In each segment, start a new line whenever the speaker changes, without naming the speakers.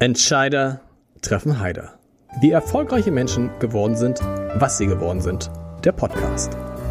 Entscheider treffen Heider. Wie erfolgreiche Menschen geworden sind, was sie geworden sind. Der Podcast.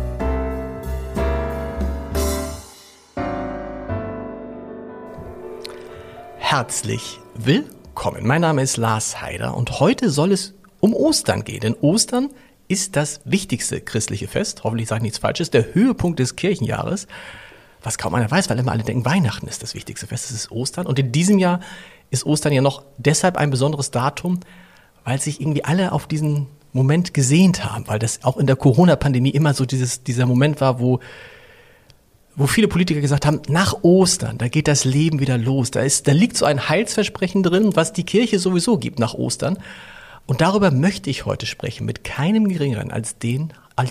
Herzlich willkommen. Mein Name ist Lars Heider und heute soll es um Ostern gehen. Denn Ostern ist das wichtigste christliche Fest. Hoffentlich sage ich nichts Falsches. Der Höhepunkt des Kirchenjahres. Was kaum einer weiß, weil immer alle denken, Weihnachten ist das wichtigste Fest. Das ist Ostern. Und in diesem Jahr ist Ostern ja noch deshalb ein besonderes Datum, weil sich irgendwie alle auf diesen Moment gesehnt haben. Weil das auch in der Corona-Pandemie immer so dieser Moment war, wo viele Politiker gesagt haben, nach Ostern, da geht das Leben wieder los. Da liegt so ein Heilsversprechen drin, was die Kirche sowieso gibt nach Ostern. Und darüber möchte ich heute sprechen mit keinem Geringeren als dem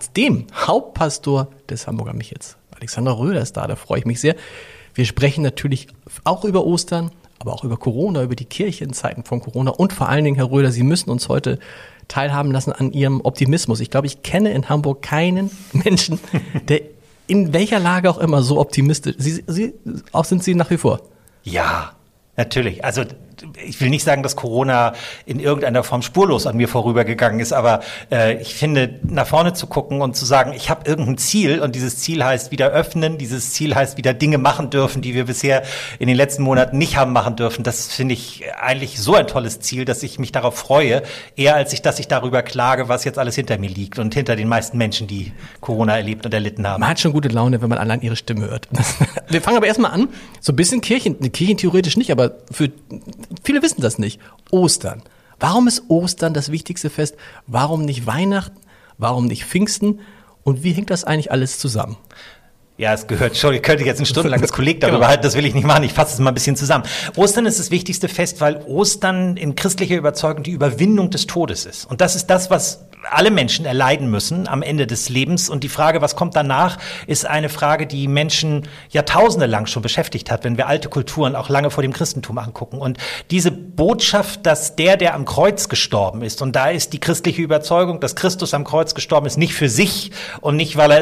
Hauptpastor des Hamburger Michels. Alexander Röder ist da freue ich mich sehr. Wir sprechen natürlich auch über Ostern, aber auch über Corona, über die Kirche in Zeiten von Corona. Und vor allen Dingen, Herr Röder, Sie müssen uns heute teilhaben lassen an Ihrem Optimismus. Ich glaube, ich kenne in Hamburg keinen Menschen, der in welcher Lage auch immer so optimistisch. Sind Sie nach wie vor?
Ja, natürlich. Also ich will nicht sagen, dass Corona in irgendeiner Form spurlos an mir vorübergegangen ist, aber ich finde, nach vorne zu gucken und zu sagen, ich habe irgendein Ziel und dieses Ziel heißt wieder öffnen, dieses Ziel heißt wieder Dinge machen dürfen, die wir bisher in den letzten Monaten nicht haben machen dürfen, das finde ich eigentlich so ein tolles Ziel, dass ich mich darauf freue, eher als dass ich darüber klage, was jetzt alles hinter mir liegt und hinter den meisten Menschen, die Corona erlebt und erlitten haben.
Man hat schon gute Laune, wenn man allein Ihre Stimme hört. Wir fangen aber erstmal an, so ein bisschen Kirchen theoretisch nicht, aber viele wissen das nicht. Ostern. Warum ist Ostern das wichtigste Fest? Warum nicht Weihnachten? Warum nicht Pfingsten? Und wie hängt das eigentlich alles zusammen?
Ja, es gehört schon. Ich könnte jetzt ein stundenlanges Kolleg darüber halten, das will ich nicht machen. Ich fasse es mal ein bisschen zusammen. Ostern ist das wichtigste Fest, weil Ostern in christlicher Überzeugung die Überwindung des Todes ist. Und das ist das, was alle Menschen erleiden müssen am Ende des Lebens. Und die Frage, was kommt danach, ist eine Frage, die Menschen Jahrtausende lang schon beschäftigt hat, wenn wir alte Kulturen auch lange vor dem Christentum angucken. Und diese Botschaft, dass der am Kreuz gestorben ist, und da ist die christliche Überzeugung, dass Christus am Kreuz gestorben ist, nicht für sich und nicht, weil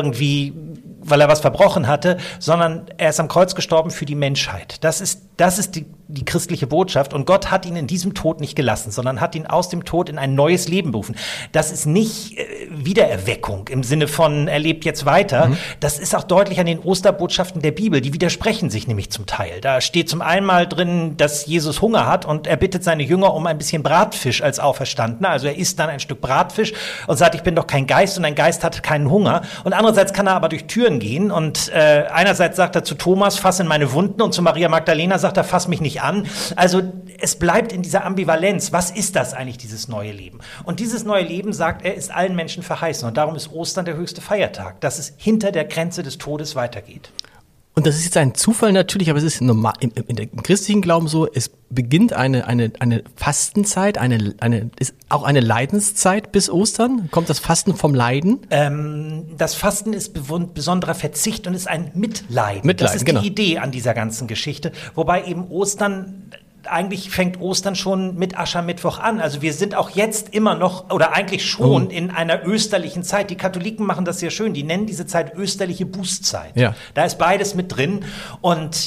er was verbrochen hatte, sondern er ist am Kreuz gestorben für die Menschheit. Das ist die christliche Botschaft. Und Gott hat ihn in diesem Tod nicht gelassen, sondern hat ihn aus dem Tod in ein neues Leben berufen. Das ist nicht Wiedererweckung im Sinne von, er lebt jetzt weiter. Das ist auch deutlich an den Osterbotschaften der Bibel. Die widersprechen sich nämlich zum Teil. Da steht zum einen mal drin, dass Jesus Hunger hat und er bittet seine Jünger um ein bisschen Bratfisch als Auferstandener. Also er isst dann ein Stück Bratfisch und sagt, ich bin doch kein Geist und ein Geist hat keinen Hunger. Und andererseits kann er aber durch Türen gehen und einerseits sagt er zu Thomas, fass in meine Wunden, und zu Maria Magdalena sagt er, fass mich nicht an. Also es bleibt in dieser Ambivalenz. Was ist das eigentlich, dieses neue Leben? Und dieses neue Leben, sagt er, ist allen Menschen verheißen. Und darum ist Ostern der höchste Feiertag, dass es hinter der Grenze des Todes weitergeht.
Und das ist jetzt ein Zufall natürlich, aber es ist normal, im christlichen Glauben so, es beginnt eine Fastenzeit, ist auch eine Leidenszeit bis Ostern. Kommt das Fasten vom Leiden?
Das Fasten ist besonderer Verzicht und ist ein Mitleiden. Das ist die Idee an dieser ganzen Geschichte. Wobei eben eigentlich fängt Ostern schon mit Aschermittwoch an. Also wir sind auch jetzt immer noch, oder eigentlich schon in einer österlichen Zeit. Die Katholiken machen das sehr schön. Die nennen diese Zeit österliche Bußzeit. Ja. Da ist beides mit drin. Und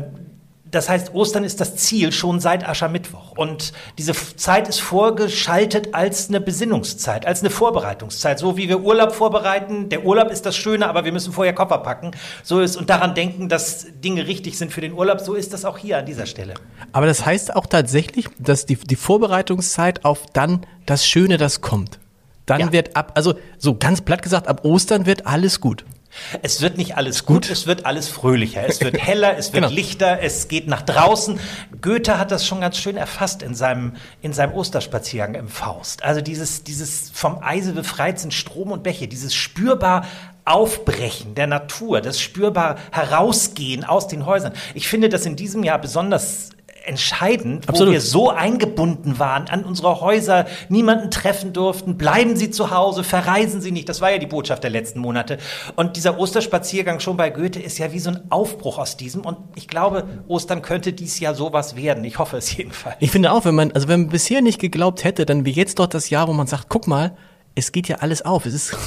das heißt, Ostern ist das Ziel schon seit Aschermittwoch. Und diese Zeit ist vorgeschaltet als eine Besinnungszeit, als eine Vorbereitungszeit. So wie wir Urlaub vorbereiten. Der Urlaub ist das Schöne, aber wir müssen vorher Koffer packen. Und daran denken, dass Dinge richtig sind für den Urlaub. So ist das auch hier an dieser Stelle.
Aber das heißt auch tatsächlich, dass die Vorbereitungszeit auf dann das Schöne, das kommt. Dann wird so ganz platt gesagt, ab Ostern wird alles gut.
Es wird nicht alles gut, es wird alles fröhlicher, es wird heller, es wird lichter, es geht nach draußen. Goethe hat das schon ganz schön erfasst in seinem Osterspaziergang im Faust. Also dieses vom Eise befreit sind Strom und Bäche, dieses spürbar Aufbrechen der Natur, das spürbar Herausgehen aus den Häusern. Ich finde das in diesem Jahr besonders entscheidend, wo wir so eingebunden waren an unsere Häuser, niemanden treffen durften, bleiben Sie zu Hause, verreisen Sie nicht. Das war ja die Botschaft der letzten Monate. Und dieser Osterspaziergang schon bei Goethe ist ja wie so ein Aufbruch aus diesem. Und ich glaube, Ostern könnte dies Jahr sowas werden. Ich hoffe es jedenfalls.
Ich finde auch, wenn man bisher nicht geglaubt hätte, dann wie jetzt dort das Jahr, wo man sagt, guck mal, es geht ja alles auf. Es ist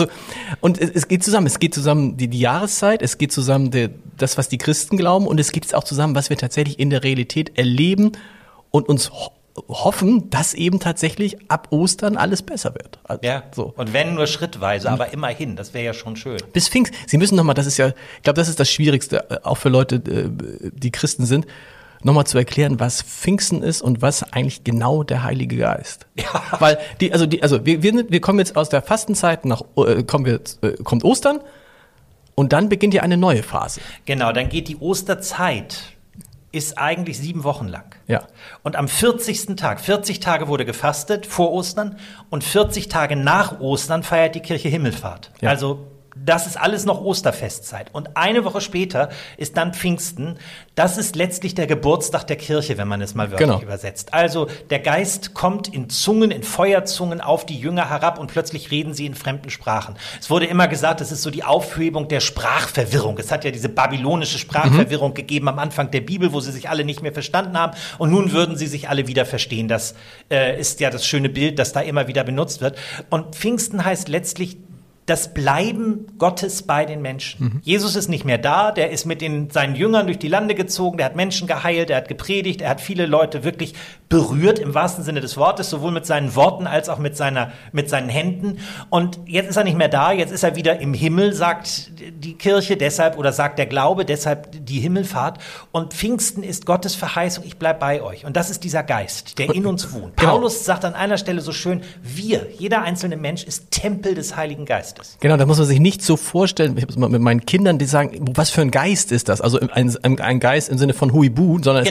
es geht zusammen. Es geht zusammen die Jahreszeit, es geht zusammen das, was die Christen glauben, und es geht auch zusammen, was wir tatsächlich in der Realität erleben und uns hoffen, dass eben tatsächlich ab Ostern alles besser wird.
Ja, so. Und wenn nur schrittweise, aber immerhin, das wäre ja schon schön.
Bis Pfingsten, Sie müssen nochmal, das ist ja, ich glaube, das ist das Schwierigste, auch für Leute, die Christen sind, nochmal zu erklären, was Pfingsten ist und was eigentlich genau der Heilige Geist. Ja. Weil wir kommen jetzt aus der Fastenzeit kommt Ostern und dann beginnt ja eine neue Phase.
Genau, dann geht die Osterzeit ist eigentlich 7 Wochen lang.
Ja.
Und am 40. Tag, 40 Tage wurde gefastet vor Ostern und 40 Tage nach Ostern feiert die Kirche Himmelfahrt. Ja. Also das ist alles noch Osterfestzeit. Und eine Woche später ist dann Pfingsten. Das ist letztlich der Geburtstag der Kirche, wenn man es mal wörtlich übersetzt. Also der Geist kommt in Zungen, in Feuerzungen auf die Jünger herab und plötzlich reden sie in fremden Sprachen. Es wurde immer gesagt, es ist so die Aufhebung der Sprachverwirrung. Es hat ja diese babylonische Sprachverwirrung gegeben am Anfang der Bibel, wo sie sich alle nicht mehr verstanden haben. Und nun würden sie sich alle wieder verstehen. Das ist ja das schöne Bild, das da immer wieder benutzt wird. Und Pfingsten heißt letztlich das Bleiben Gottes bei den Menschen. Jesus ist nicht mehr da, der ist mit seinen Jüngern durch die Lande gezogen, der hat Menschen geheilt, er hat gepredigt, er hat viele Leute wirklich berührt, im wahrsten Sinne des Wortes, sowohl mit seinen Worten als auch mit seinen Händen. Und jetzt ist er nicht mehr da, jetzt ist er wieder im Himmel, sagt die Kirche deshalb, oder sagt der Glaube, deshalb die Himmelfahrt. Und Pfingsten ist Gottes Verheißung, ich bleib bei euch. Und das ist dieser Geist, der in uns wohnt. Genau. Paulus sagt an einer Stelle so schön, jeder einzelne Mensch ist Tempel des Heiligen Geistes.
Genau, da muss man sich nicht so vorstellen, ich habe es mal mit meinen Kindern, die sagen, was für ein Geist ist das? Also ein Geist im Sinne von Huibu, sondern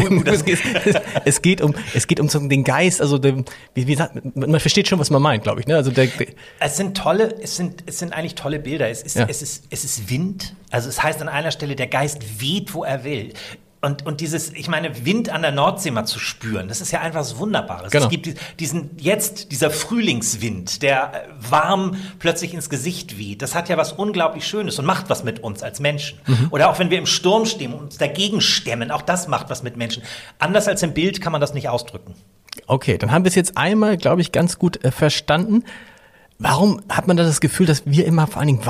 es geht um den Geist, also man versteht schon, was man meint, glaube ich. Ne? Also
es sind eigentlich tolle Bilder. Es ist Wind, also es heißt an einer Stelle, der Geist weht, wo er will. Und ich meine, Wind an der Nordsee mal zu spüren, das ist ja einfach was Wunderbares. Genau. Es gibt dieser Frühlingswind, der warm plötzlich ins Gesicht weht. Das hat ja was unglaublich Schönes und macht was mit uns als Menschen. Oder auch wenn wir im Sturm stehen und uns dagegen stemmen, auch das macht was mit Menschen. Anders als im Bild kann man das nicht ausdrücken.
Okay, dann haben wir es jetzt einmal, glaube ich, ganz gut verstanden. Warum hat man da das Gefühl, dass wir immer vor allen Dingen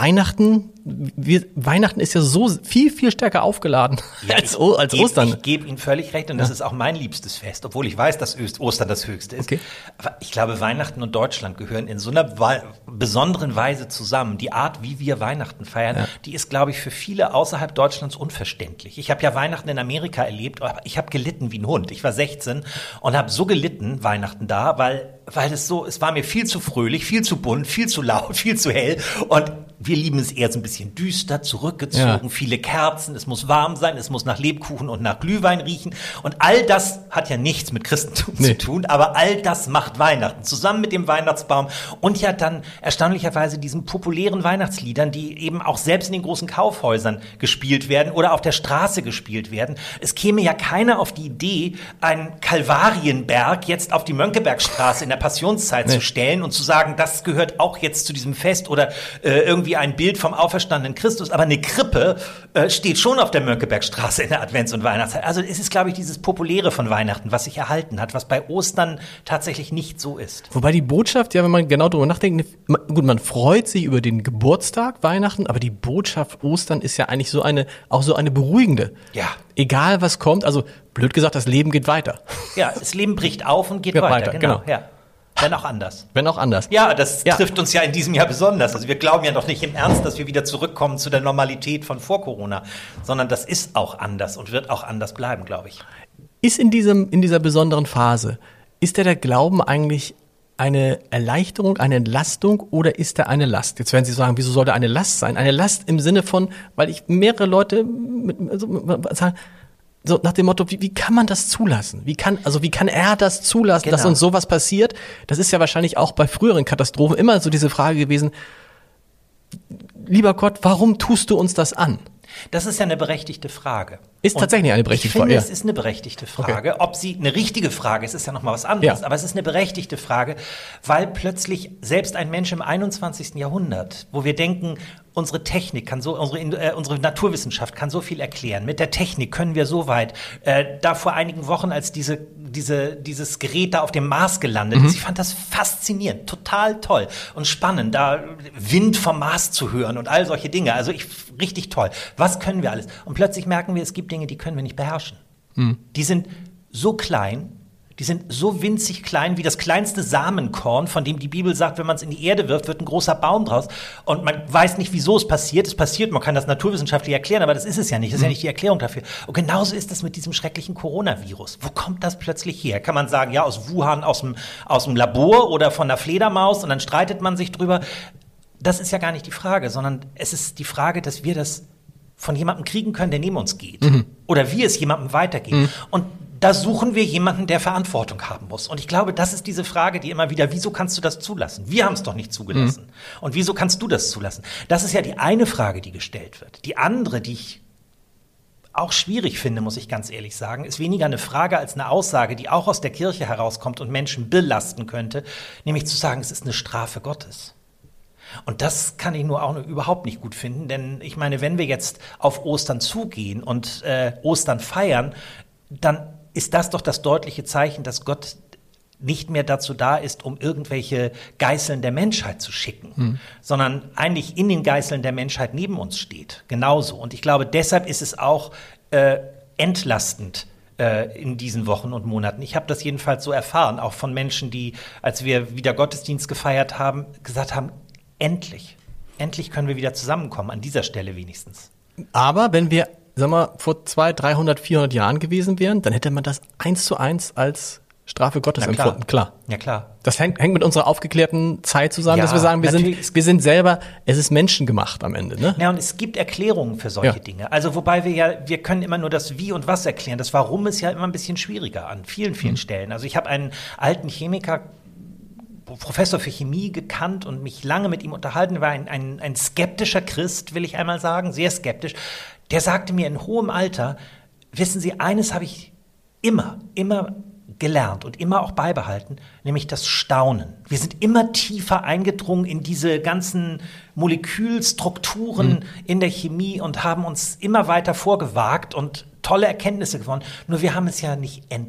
Weihnachten ist ja so viel, viel stärker aufgeladen als Ostern.
Ich gebe Ihnen völlig recht und das ist auch mein liebstes Fest, obwohl ich weiß, dass Ostern das höchste ist. Okay. Aber ich glaube, Weihnachten und Deutschland gehören in so einer besonderen Weise zusammen. Die Art, wie wir Weihnachten feiern, die ist, glaube ich, für viele außerhalb Deutschlands unverständlich. Ich habe ja Weihnachten in Amerika erlebt, aber ich habe gelitten wie ein Hund. Ich war 16 und habe so gelitten, Weihnachten da, weil es war mir viel zu fröhlich, viel zu bunt, viel zu laut, viel zu hell und wir lieben es eher so ein bisschen düster, zurückgezogen, viele Kerzen, es muss warm sein, es muss nach Lebkuchen und nach Glühwein riechen und all das hat ja nichts mit Christentum zu tun, aber all das macht Weihnachten, zusammen mit dem Weihnachtsbaum und ja dann erstaunlicherweise diesen populären Weihnachtsliedern, die eben auch selbst in den großen Kaufhäusern gespielt werden oder auf der Straße gespielt werden. Es käme ja keiner auf die Idee, einen Kalvarienberg jetzt auf die Mönckebergstraße in der Passionszeit zu stellen und zu sagen, das gehört auch jetzt zu diesem Fest oder irgendwie ein Bild vom auferstandenen Christus, aber eine Krippe steht schon auf der Mönckebergstraße in der Advents- und Weihnachtszeit. Also es ist, glaube ich, dieses Populäre von Weihnachten, was sich erhalten hat, was bei Ostern tatsächlich nicht so ist.
Wobei die Botschaft, ja, wenn man genau darüber nachdenkt, gut, man freut sich über den Geburtstag, Weihnachten, aber die Botschaft Ostern ist ja eigentlich auch so eine beruhigende.
Ja.
Egal was kommt, also blöd gesagt, das Leben geht weiter.
Ja, das Leben bricht auf und geht weiter. Genau. Ja. Wenn auch anders. Ja, das trifft uns ja in diesem Jahr besonders. Also wir glauben ja doch nicht im Ernst, dass wir wieder zurückkommen zu der Normalität von vor Corona, sondern das ist auch anders und wird auch anders bleiben, glaube ich.
Ist in dieser besonderen Phase, ist der Glauben eigentlich eine Erleichterung, eine Entlastung oder ist er eine Last? Jetzt werden Sie sagen, wieso soll der eine Last sein? Eine Last im Sinne von, weil ich mehrere Leute sagen, so nach dem Motto, wie kann man das zulassen? Wie kann er das zulassen, dass uns sowas passiert? Das ist ja wahrscheinlich auch bei früheren Katastrophen immer so diese Frage gewesen, lieber Gott, warum tust du uns das an?
Das ist ja eine berechtigte Frage.
Ist tatsächlich eine berechtigte Frage.
Ich finde, es ist eine berechtigte Frage. Okay. Ob sie eine richtige Frage ist, ist ja nochmal was anderes. Ja. Aber es ist eine berechtigte Frage, weil plötzlich selbst ein Mensch im 21. Jahrhundert, wo wir denken, unsere Technik kann unsere Naturwissenschaft kann so viel erklären. Mit der Technik können wir so weit. Da vor einigen Wochen, als dieses Gerät da auf dem Mars gelandet ist, ich fand das faszinierend, total toll und spannend, da Wind vom Mars zu hören und all solche Dinge. Also richtig toll. Was können wir alles? Und plötzlich merken wir, es gibt Dinge, die können wir nicht beherrschen. Die sind so klein, Die sind so winzig klein wie das kleinste Samenkorn, von dem die Bibel sagt, wenn man es in die Erde wirft, wird ein großer Baum draus. Und man weiß nicht, wieso es passiert. Es passiert, man kann das naturwissenschaftlich erklären, aber das ist es ja nicht. Das ist ja nicht die Erklärung dafür. Und genauso ist es mit diesem schrecklichen Coronavirus. Wo kommt das plötzlich her? Kann man sagen, ja, aus Wuhan, aus dem Labor oder von der Fledermaus, und dann streitet man sich drüber. Das ist ja gar nicht die Frage, sondern es ist die Frage, dass wir das von jemandem kriegen können, der neben uns geht. Oder wir es jemandem weitergeben. Und da suchen wir jemanden, der Verantwortung haben muss. Und ich glaube, das ist diese Frage, die immer wieder, wieso kannst du das zulassen? Wir haben es doch nicht zugelassen. Und wieso kannst du das zulassen? Das ist ja die eine Frage, die gestellt wird. Die andere, die ich auch schwierig finde, muss ich ganz ehrlich sagen, ist weniger eine Frage als eine Aussage, die auch aus der Kirche herauskommt und Menschen belasten könnte, nämlich zu sagen, es ist eine Strafe Gottes. Und das kann ich nur auch überhaupt nicht gut finden, denn ich meine, wenn wir jetzt auf Ostern zugehen und Ostern feiern, dann ist das doch das deutliche Zeichen, dass Gott nicht mehr dazu da ist, um irgendwelche Geißeln der Menschheit zu schicken, sondern eigentlich in den Geißeln der Menschheit neben uns steht. Genauso. Und ich glaube, deshalb ist es auch entlastend in diesen Wochen und Monaten. Ich habe das jedenfalls so erfahren, auch von Menschen, die, als wir wieder Gottesdienst gefeiert haben, gesagt haben, endlich können wir wieder zusammenkommen, an dieser Stelle wenigstens.
Aber wenn wir, sagen wir, vor 200, 300, 400 Jahren gewesen wären, dann hätte man das 1:1 als Strafe Gottes empfunden. Klar.
Ja, klar.
Das hängt mit unserer aufgeklärten Zeit zusammen,
Ja,
dass wir sagen, wir sind selber, es ist menschengemacht am Ende. Ne?
Ja, und es gibt Erklärungen für solche Dinge. Also wobei wir können immer nur das Wie und Was erklären. Das Warum ist ja immer ein bisschen schwieriger an vielen Stellen. Also ich habe einen alten Chemiker, Professor für Chemie, gekannt und mich lange mit ihm unterhalten, war ein skeptischer Christ, will ich einmal sagen, sehr skeptisch. Der sagte mir in hohem Alter, wissen Sie, eines habe ich immer gelernt und immer auch beibehalten, nämlich das Staunen. Wir sind immer tiefer eingedrungen in diese ganzen Molekülstrukturen in der Chemie und haben uns immer weiter vorgewagt und tolle Erkenntnisse gewonnen. Nur wir haben es ja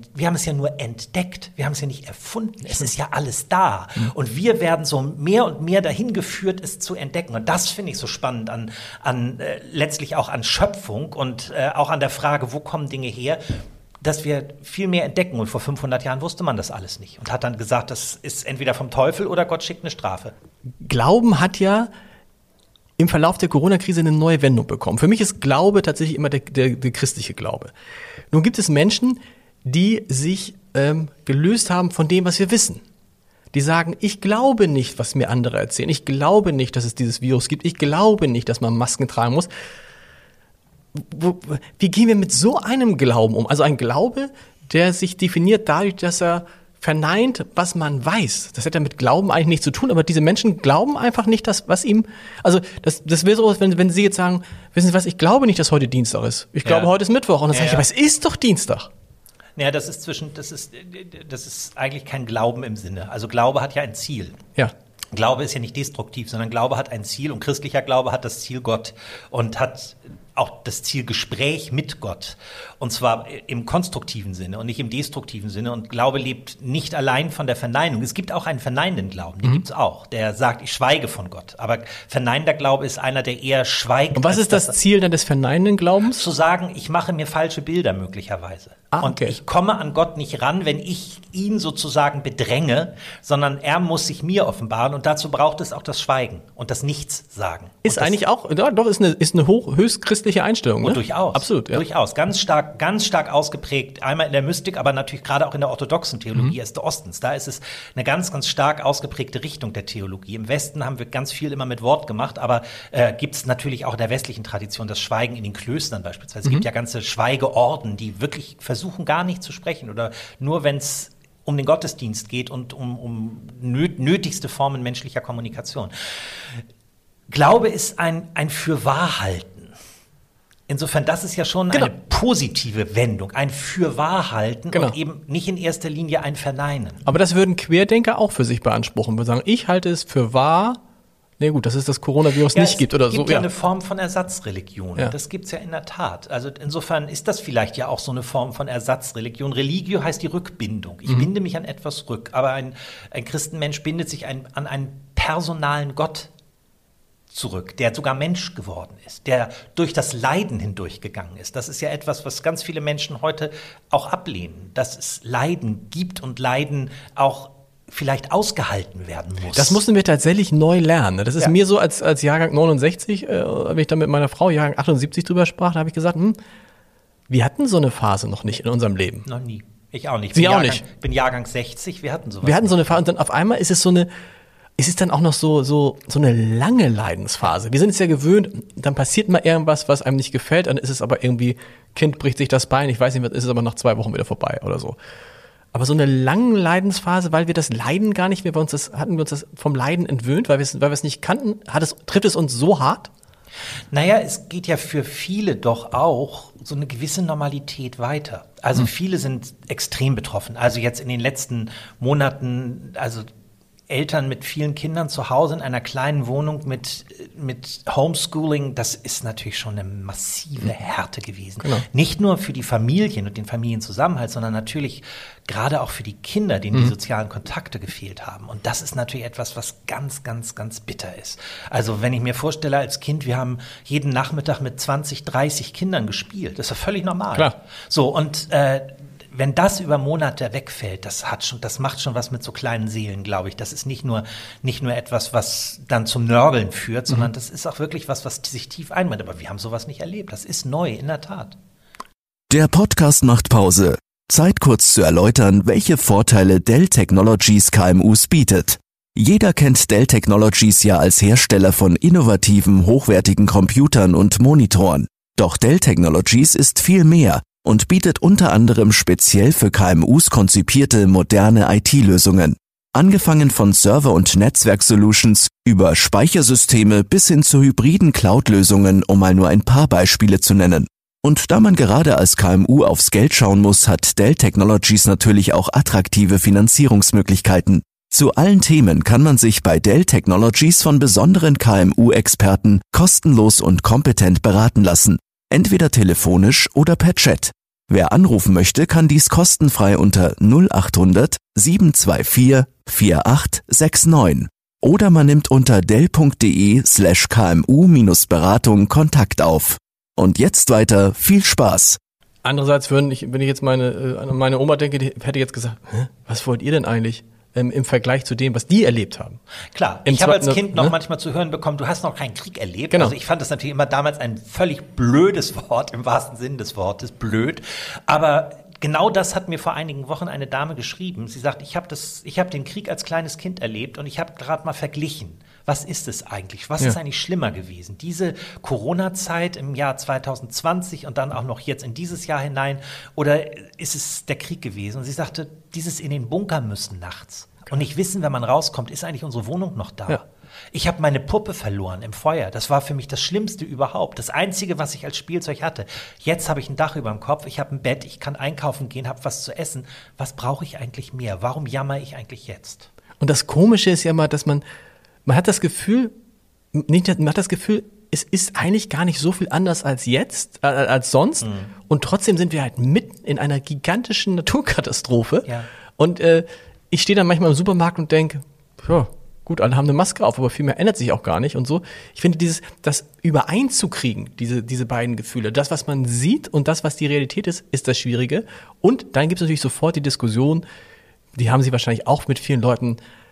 nur entdeckt. Wir haben es ja nicht erfunden. Es ist ja alles da. Und wir werden so mehr und mehr dahin geführt, es zu entdecken. Und das finde ich so spannend letztlich auch an Schöpfung und auch an der Frage, wo kommen Dinge her, dass wir viel mehr entdecken. Und vor 500 Jahren wusste man das alles nicht und hat dann gesagt, das ist entweder vom Teufel oder Gott schickt eine Strafe.
Glauben hat ja im Verlauf der Corona-Krise eine neue Wendung bekommen. Für mich ist Glaube tatsächlich immer der christliche Glaube. Nun gibt es Menschen, die sich gelöst haben von dem, was wir wissen. Die sagen, ich glaube nicht, was mir andere erzählen. Ich glaube nicht, dass es dieses Virus gibt. Ich glaube nicht, dass man Masken tragen muss. Wie gehen wir mit so einem Glauben um? Also ein Glaube, der sich definiert dadurch, dass er verneint, was man weiß. Das hätte ja mit Glauben eigentlich nichts zu tun, aber diese Menschen glauben einfach nicht, dass was ihm, also das wäre so, wenn Sie jetzt sagen, wissen Sie was, ich glaube nicht, dass heute Dienstag ist. Ich glaube, heute ist Mittwoch. Und dann sage ich, aber es ist doch Dienstag.
Ja, das ist eigentlich kein Glauben im Sinne. Also Glaube hat ja ein Ziel.
Ja.
Glaube ist ja nicht destruktiv, sondern Glaube hat ein Ziel und christlicher Glaube hat das Ziel Gott und hat auch das Ziel Gespräch mit Gott. Und zwar im konstruktiven Sinne und nicht im destruktiven Sinne. Und Glaube lebt nicht allein von der Verneinung. Es gibt auch einen verneinenden Glauben, den gibt's auch. Der sagt, ich schweige von Gott. Aber verneinender Glaube ist einer, der eher schweigt.
Und was ist das Ziel dann des verneinenden Glaubens?
Zu sagen, ich mache mir falsche Bilder möglicherweise.
Okay.
Und ich komme an Gott nicht ran, wenn ich ihn sozusagen bedränge, sondern er muss sich mir offenbaren. Und dazu braucht es auch das Schweigen und das Nichtssagen.
Ist eigentlich auch, doch, ist eine höchst christliche Einstellung.
Und
ne?
durchaus.
Absolut, ja.
Durchaus. Ganz stark ausgeprägt. Einmal in der Mystik, aber natürlich gerade auch in der orthodoxen Theologie des Ostens. Da ist es eine ganz, ganz stark ausgeprägte Richtung der Theologie. Im Westen haben wir ganz viel immer mit Wort gemacht, aber gibt es natürlich auch in der westlichen Tradition das Schweigen in den Klöstern beispielsweise. Es gibt ja ganze Schweigeorden, die wirklich versuchen, gar nicht zu sprechen oder nur, wenn es um den Gottesdienst geht und um nötigste Formen menschlicher Kommunikation. Glaube ist ein Fürwahrhalten. Insofern, das ist ja schon eine positive Wendung, ein Fürwahrhalten und eben nicht in erster Linie ein Verneinen.
Aber das würden Querdenker auch für sich beanspruchen. Wir sagen, ich halte es für wahr, nee gut, dass es das Coronavirus nicht gibt oder so.
Es gibt ja eine Form von Ersatzreligion.
Ja.
Das gibt's ja in der Tat. Also insofern ist das vielleicht ja auch so eine Form von Ersatzreligion. Religio heißt die Rückbindung. Ich binde mich an etwas rück. Aber ein Christenmensch bindet sich an einen personalen Gott zurück, der sogar Mensch geworden ist, der durch das Leiden hindurchgegangen ist. Das ist ja etwas, was ganz viele Menschen heute auch ablehnen, dass es Leiden gibt und Leiden auch vielleicht ausgehalten werden muss.
Das mussten wir tatsächlich neu lernen. Das ist mir so als Jahrgang 69, wenn ich dann mit meiner Frau Jahrgang 78 drüber sprach, da habe ich gesagt, wir hatten so eine Phase noch nicht in unserem Leben.
Noch nie. Ich auch nicht.
Sie auch nicht.
Ich bin Jahrgang 60, wir hatten sowas.
Wir hatten so eine Phase und dann auf einmal ist es dann auch noch so eine lange Leidensphase. Wir sind es ja gewöhnt, dann passiert mal irgendwas, was einem nicht gefällt, dann ist es aber irgendwie, Kind bricht sich das Bein, ich weiß nicht, was ist es aber nach 2 Wochen wieder vorbei oder so. Aber so eine lange Leidensphase, weil wir das Leiden gar nicht mehr, hatten wir uns das vom Leiden entwöhnt, weil wir es nicht kannten, trifft es uns so hart?
Naja, es geht ja für viele doch auch so eine gewisse Normalität weiter. Also viele sind extrem betroffen. Also jetzt in den letzten Monaten, also Eltern mit vielen Kindern zu Hause in einer kleinen Wohnung mit Homeschooling, das ist natürlich schon eine massive Härte gewesen. Genau. Nicht nur für die Familien und den Familienzusammenhalt, sondern natürlich gerade auch für die Kinder, denen die sozialen Kontakte gefehlt haben. Und das ist natürlich etwas, was ganz, ganz, ganz bitter ist. Also wenn ich mir vorstelle, als Kind, wir haben jeden Nachmittag mit 20, 30 Kindern gespielt. Das ist ja völlig normal.
Klar.
So, und wenn das über Monate wegfällt, das macht schon was mit so kleinen Seelen, glaube ich. Das ist nicht nur etwas, was dann zum Nörgeln führt, sondern das ist auch wirklich was sich tief einbrennt. Aber wir haben sowas nicht erlebt. Das ist neu, in der Tat.
Der Podcast macht Pause. Zeit kurz zu erläutern, welche Vorteile Dell Technologies KMUs bietet. Jeder kennt Dell Technologies ja als Hersteller von innovativen, hochwertigen Computern und Monitoren. Doch Dell Technologies ist viel mehr und bietet unter anderem speziell für KMUs konzipierte moderne IT-Lösungen. Angefangen von Server- und Netzwerk-Solutions über Speichersysteme bis hin zu hybriden Cloud-Lösungen, um mal nur ein paar Beispiele zu nennen. Und da man gerade als KMU aufs Geld schauen muss, hat Dell Technologies natürlich auch attraktive Finanzierungsmöglichkeiten. Zu allen Themen kann man sich bei Dell Technologies von besonderen KMU-Experten kostenlos und kompetent beraten lassen. Entweder telefonisch oder per Chat. Wer anrufen möchte, kann dies kostenfrei unter 0800 724 4869. Oder man nimmt unter dell.de/kmu-beratung Kontakt auf. Und jetzt weiter, viel Spaß.
Andererseits, wenn ich jetzt an meine Oma denke, die hätte jetzt gesagt, was wollt ihr denn eigentlich im Vergleich zu dem, was die erlebt haben?
Klar, ich habe als Kind noch manchmal zu hören bekommen, du hast noch keinen Krieg erlebt.
Genau.
Also ich fand das natürlich immer damals ein völlig blödes Wort, im wahrsten Sinn des Wortes, blöd. Aber genau das hat mir vor einigen Wochen eine Dame geschrieben. Sie sagt, ich habe den Krieg als kleines Kind erlebt und ich habe gerade mal verglichen. Was ist es eigentlich? Was ist eigentlich schlimmer gewesen? Diese Corona-Zeit im Jahr 2020 und dann auch noch jetzt in dieses Jahr hinein? Oder ist es der Krieg gewesen? Und sie sagte, dieses in den Bunker müssen nachts. Okay. Und nicht wissen, wenn man rauskommt, ist eigentlich unsere Wohnung noch da? Ja. Ich habe meine Puppe verloren im Feuer. Das war für mich das Schlimmste überhaupt. Das Einzige, was ich als Spielzeug hatte. Jetzt habe ich ein Dach über dem Kopf, ich habe ein Bett, ich kann einkaufen gehen, habe was zu essen. Was brauche ich eigentlich mehr? Warum jammer ich eigentlich jetzt?
Und das Komische ist ja mal, dass man hat das Gefühl, es ist eigentlich gar nicht so viel anders als jetzt, als sonst. Und trotzdem sind wir halt mitten in einer gigantischen Naturkatastrophe. Ja. Und ich stehe dann manchmal im Supermarkt und denke, ja, gut, alle haben eine Maske auf, aber viel mehr ändert sich auch gar nicht und so. Ich finde, das übereinzukriegen, diese beiden Gefühle, das, was man sieht und das, was die Realität ist das Schwierige. Und dann gibt es natürlich sofort die Diskussion, die haben Sie wahrscheinlich auch mit vielen Leuten,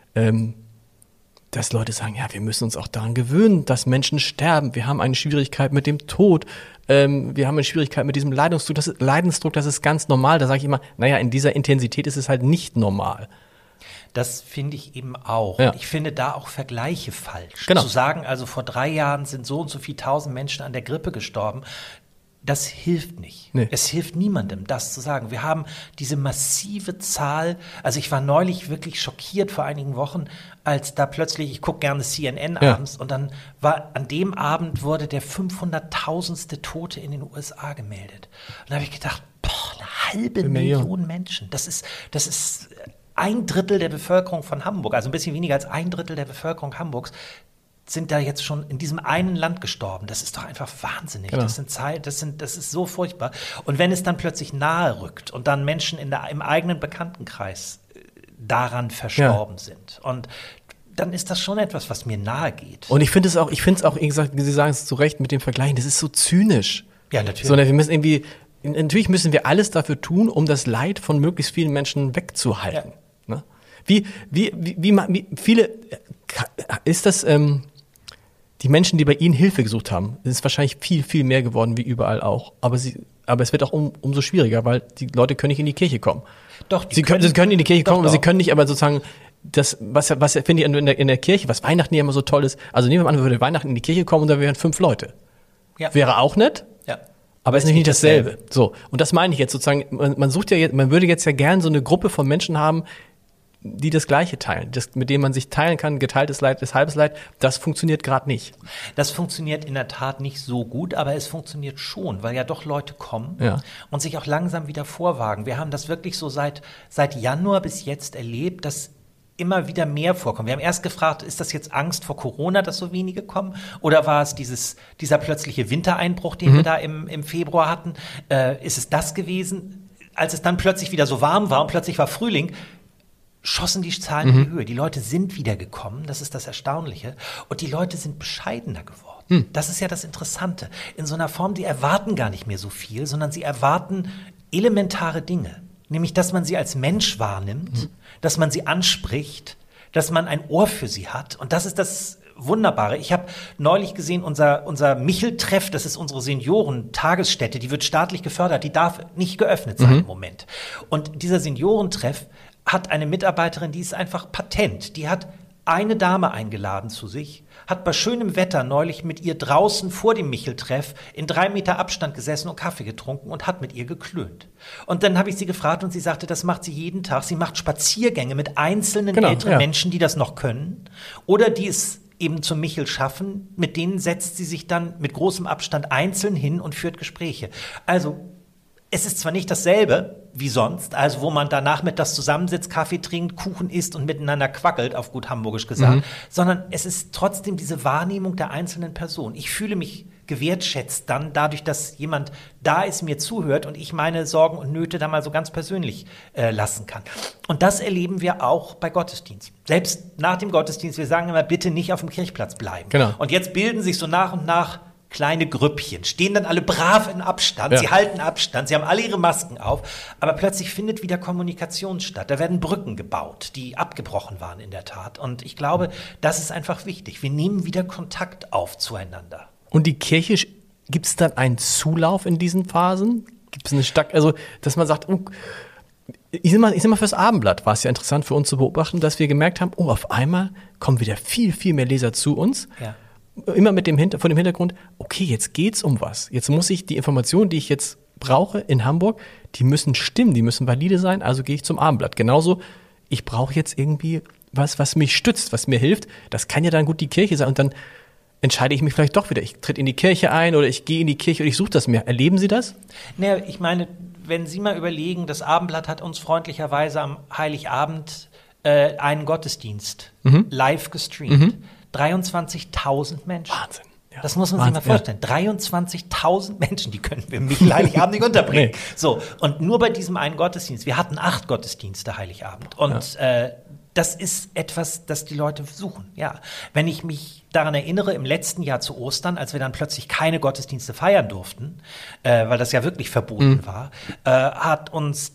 dass Leute sagen, ja, wir müssen uns auch daran gewöhnen, dass Menschen sterben. Wir haben eine Schwierigkeit mit dem Tod. Wir haben eine Schwierigkeit mit diesem Leidensdruck, das ist ganz normal. Da sage ich immer, naja, in dieser Intensität ist es halt nicht normal.
Das finde ich eben auch.
Ja.
Ich finde da auch Vergleiche falsch.
Genau.
Zu sagen, also vor 3 Jahren sind so und so viele 1000 Menschen an der Grippe gestorben, das hilft nicht. Nee. Es hilft niemandem, das zu sagen. Wir haben diese massive Zahl, also ich war neulich wirklich schockiert vor einigen Wochen, als da plötzlich, ich gucke gerne CNN abends, und dann an dem Abend wurde der 500.000. Tote in den USA gemeldet. Und da habe ich gedacht, eine halbe Million Menschen. Das ist 1/3 der Bevölkerung von Hamburg, also ein bisschen weniger als 1/3 der Bevölkerung Hamburgs, sind da jetzt schon in diesem einen Land gestorben. Das ist doch einfach wahnsinnig. Genau. Das ist so furchtbar. Und wenn es dann plötzlich nahe rückt und dann Menschen im eigenen Bekanntenkreis daran verstorben sind. Und dann ist das schon etwas, was mir nahe geht.
Und ich finde es auch, wie gesagt, Sie sagen es zu Recht mit dem Vergleichen, das ist so zynisch.
Ja, natürlich.
Sondern natürlich müssen wir alles dafür tun, um das Leid von möglichst vielen Menschen wegzuhalten. Ja. Ne? Wie viele, ist das, die Menschen, die bei Ihnen Hilfe gesucht haben, es ist wahrscheinlich viel, viel mehr geworden wie überall auch. Aber es wird auch umso schwieriger, weil die Leute können nicht in die Kirche kommen.
Doch,
sie können in die Kirche kommen, aber
doch.
sie können nicht, aber sozusagen das, was finde ich in der Kirche, was Weihnachten ja immer so toll ist, also nehmen wir an, wir würden Weihnachten in die Kirche kommen und da wären 5 Leute. Ja. Wäre auch nett, aber ist nicht dasselbe. So. Und das meine ich jetzt sozusagen, man würde jetzt ja gern so eine Gruppe von Menschen haben, die das Gleiche teilen, mit dem man sich teilen kann, geteiltes Leid ist halbes Leid, das funktioniert gerade nicht.
Das funktioniert in der Tat nicht so gut, aber es funktioniert schon, weil ja doch Leute kommen und sich auch langsam wieder vorwagen. Wir haben das wirklich so seit Januar bis jetzt erlebt, dass immer wieder mehr vorkommen. Wir haben erst gefragt, ist das jetzt Angst vor Corona, dass so wenige kommen? Oder war es dieser plötzliche Wintereinbruch, den wir da im Februar hatten? Ist es das gewesen? Als es dann plötzlich wieder so warm war und plötzlich war Frühling, schossen die Zahlen in die Höhe. Die Leute sind wieder gekommen, das ist das Erstaunliche. Und die Leute sind bescheidener geworden. Das ist ja das Interessante. In so einer Form, die erwarten gar nicht mehr so viel, sondern sie erwarten elementare Dinge. Nämlich, dass man sie als Mensch wahrnimmt, dass man sie anspricht, dass man ein Ohr für sie hat. Und das ist das Wunderbare. Ich habe neulich gesehen, unser Michel-Treff, das ist unsere Seniorentagesstätte, die wird staatlich gefördert, die darf nicht geöffnet sein im Moment. Und dieser Seniorentreff hat eine Mitarbeiterin, die ist einfach patent. Die hat eine Dame eingeladen zu sich, hat bei schönem Wetter neulich mit ihr draußen vor dem Michel-Treff in 3 Meter Abstand gesessen und Kaffee getrunken und hat mit ihr geklönt. Und dann habe ich sie gefragt und sie sagte, das macht sie jeden Tag. Sie macht Spaziergänge mit einzelnen älteren Menschen, die das noch können oder die es eben zum Michel schaffen. Mit denen setzt sie sich dann mit großem Abstand einzeln hin und führt Gespräche. Also es ist zwar nicht dasselbe wie sonst, also wo man da nachmittags zusammensitzt, Kaffee trinkt, Kuchen isst und miteinander quackelt, auf gut hamburgisch gesagt, sondern es ist trotzdem diese Wahrnehmung der einzelnen Person. Ich fühle mich gewertschätzt dann dadurch, dass jemand da ist, mir zuhört und ich meine Sorgen und Nöte da mal so ganz persönlich lassen kann. Und das erleben wir auch bei Gottesdienst. Selbst nach dem Gottesdienst, wir sagen immer, bitte nicht auf dem Kirchplatz bleiben.
Genau.
Und jetzt bilden sich so nach und nach kleine Grüppchen, stehen dann alle brav in Abstand, sie halten Abstand, sie haben alle ihre Masken auf, aber plötzlich findet wieder Kommunikation statt. Da werden Brücken gebaut, die abgebrochen waren in der Tat. Und ich glaube, das ist einfach wichtig. Wir nehmen wieder Kontakt auf zueinander.
Und die Kirche, gibt es dann einen Zulauf in diesen Phasen? Gibt es eine also dass man sagt, ich sag mal fürs Abendblatt war es ja interessant für uns zu beobachten, dass wir gemerkt haben, auf einmal kommen wieder viel, viel mehr Leser zu uns.
Ja.
Immer vor dem Hintergrund, okay, jetzt geht's um was. Jetzt muss ich die Informationen, die ich jetzt brauche in Hamburg, die müssen stimmen, die müssen valide sein, also gehe ich zum Abendblatt. Genauso, ich brauche jetzt irgendwie was mich stützt, was mir hilft. Das kann ja dann gut die Kirche sein und dann entscheide ich mich vielleicht doch wieder. Ich trete in die Kirche ein oder ich gehe in die Kirche und ich suche das mehr. Erleben Sie das?
Naja, ich meine, wenn Sie mal überlegen, das Abendblatt hat uns freundlicherweise am Heiligabend einen Gottesdienst live gestreamt. 23.000 Menschen.
Wahnsinn. Ja.
Das muss man sich mal vorstellen. 23.000 Menschen, die können wir im Heiligabend nicht unterbringen. Nee. So, und nur bei diesem einen Gottesdienst. Wir hatten 8 Gottesdienste Heiligabend. Und das ist etwas, das die Leute suchen. Ja, wenn ich mich daran erinnere, im letzten Jahr zu Ostern, als wir dann plötzlich keine Gottesdienste feiern durften, weil das ja wirklich verboten war, hat uns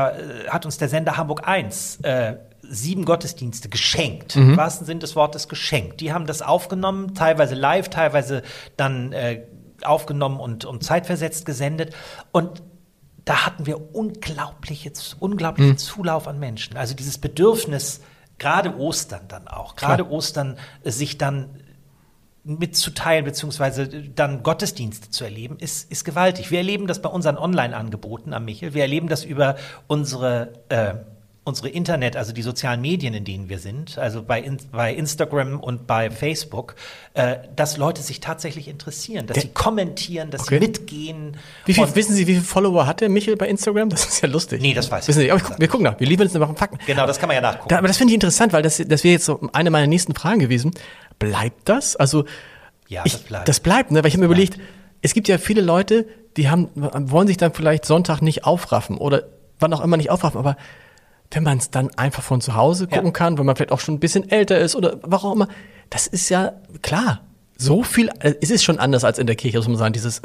der Sender Hamburg 1 7 Gottesdienste geschenkt, im wahrsten Sinn des Wortes geschenkt. Die haben das aufgenommen, teilweise live, teilweise dann aufgenommen und zeitversetzt gesendet. Und da hatten wir unglaublichen Zulauf an Menschen. Also dieses Bedürfnis, gerade Ostern dann auch, Ostern sich dann mitzuteilen, beziehungsweise dann Gottesdienste zu erleben, ist gewaltig. Wir erleben das bei unseren Online-Angeboten am Michel. Wir erleben das über unsere Internet, also die sozialen Medien, in denen wir sind, also bei Instagram und bei Facebook, dass Leute sich tatsächlich interessieren, dass sie kommentieren, dass sie mitgehen.
Wissen Sie, wie viele Follower hat der Michel bei Instagram? Das ist ja lustig.
Nee, das weiß ich
nicht. Sie, aber wir gucken nach, wir liefern jetzt noch Fakten.
Genau, das kann man ja nachgucken.
Aber das finde ich interessant, weil das wäre jetzt so eine meiner nächsten Fragen gewesen. Bleibt das? Also
ja,
das bleibt, ne? Weil ich habe mir überlegt, es gibt ja viele Leute, die wollen sich dann vielleicht Sonntag nicht aufraffen oder wann auch immer nicht aufraffen, aber wenn man es dann einfach von zu Hause gucken kann, wenn man vielleicht auch schon ein bisschen älter ist oder warum auch immer. Das ist ja klar. So viel, es ist schon anders als in der Kirche, muss man sagen, dieses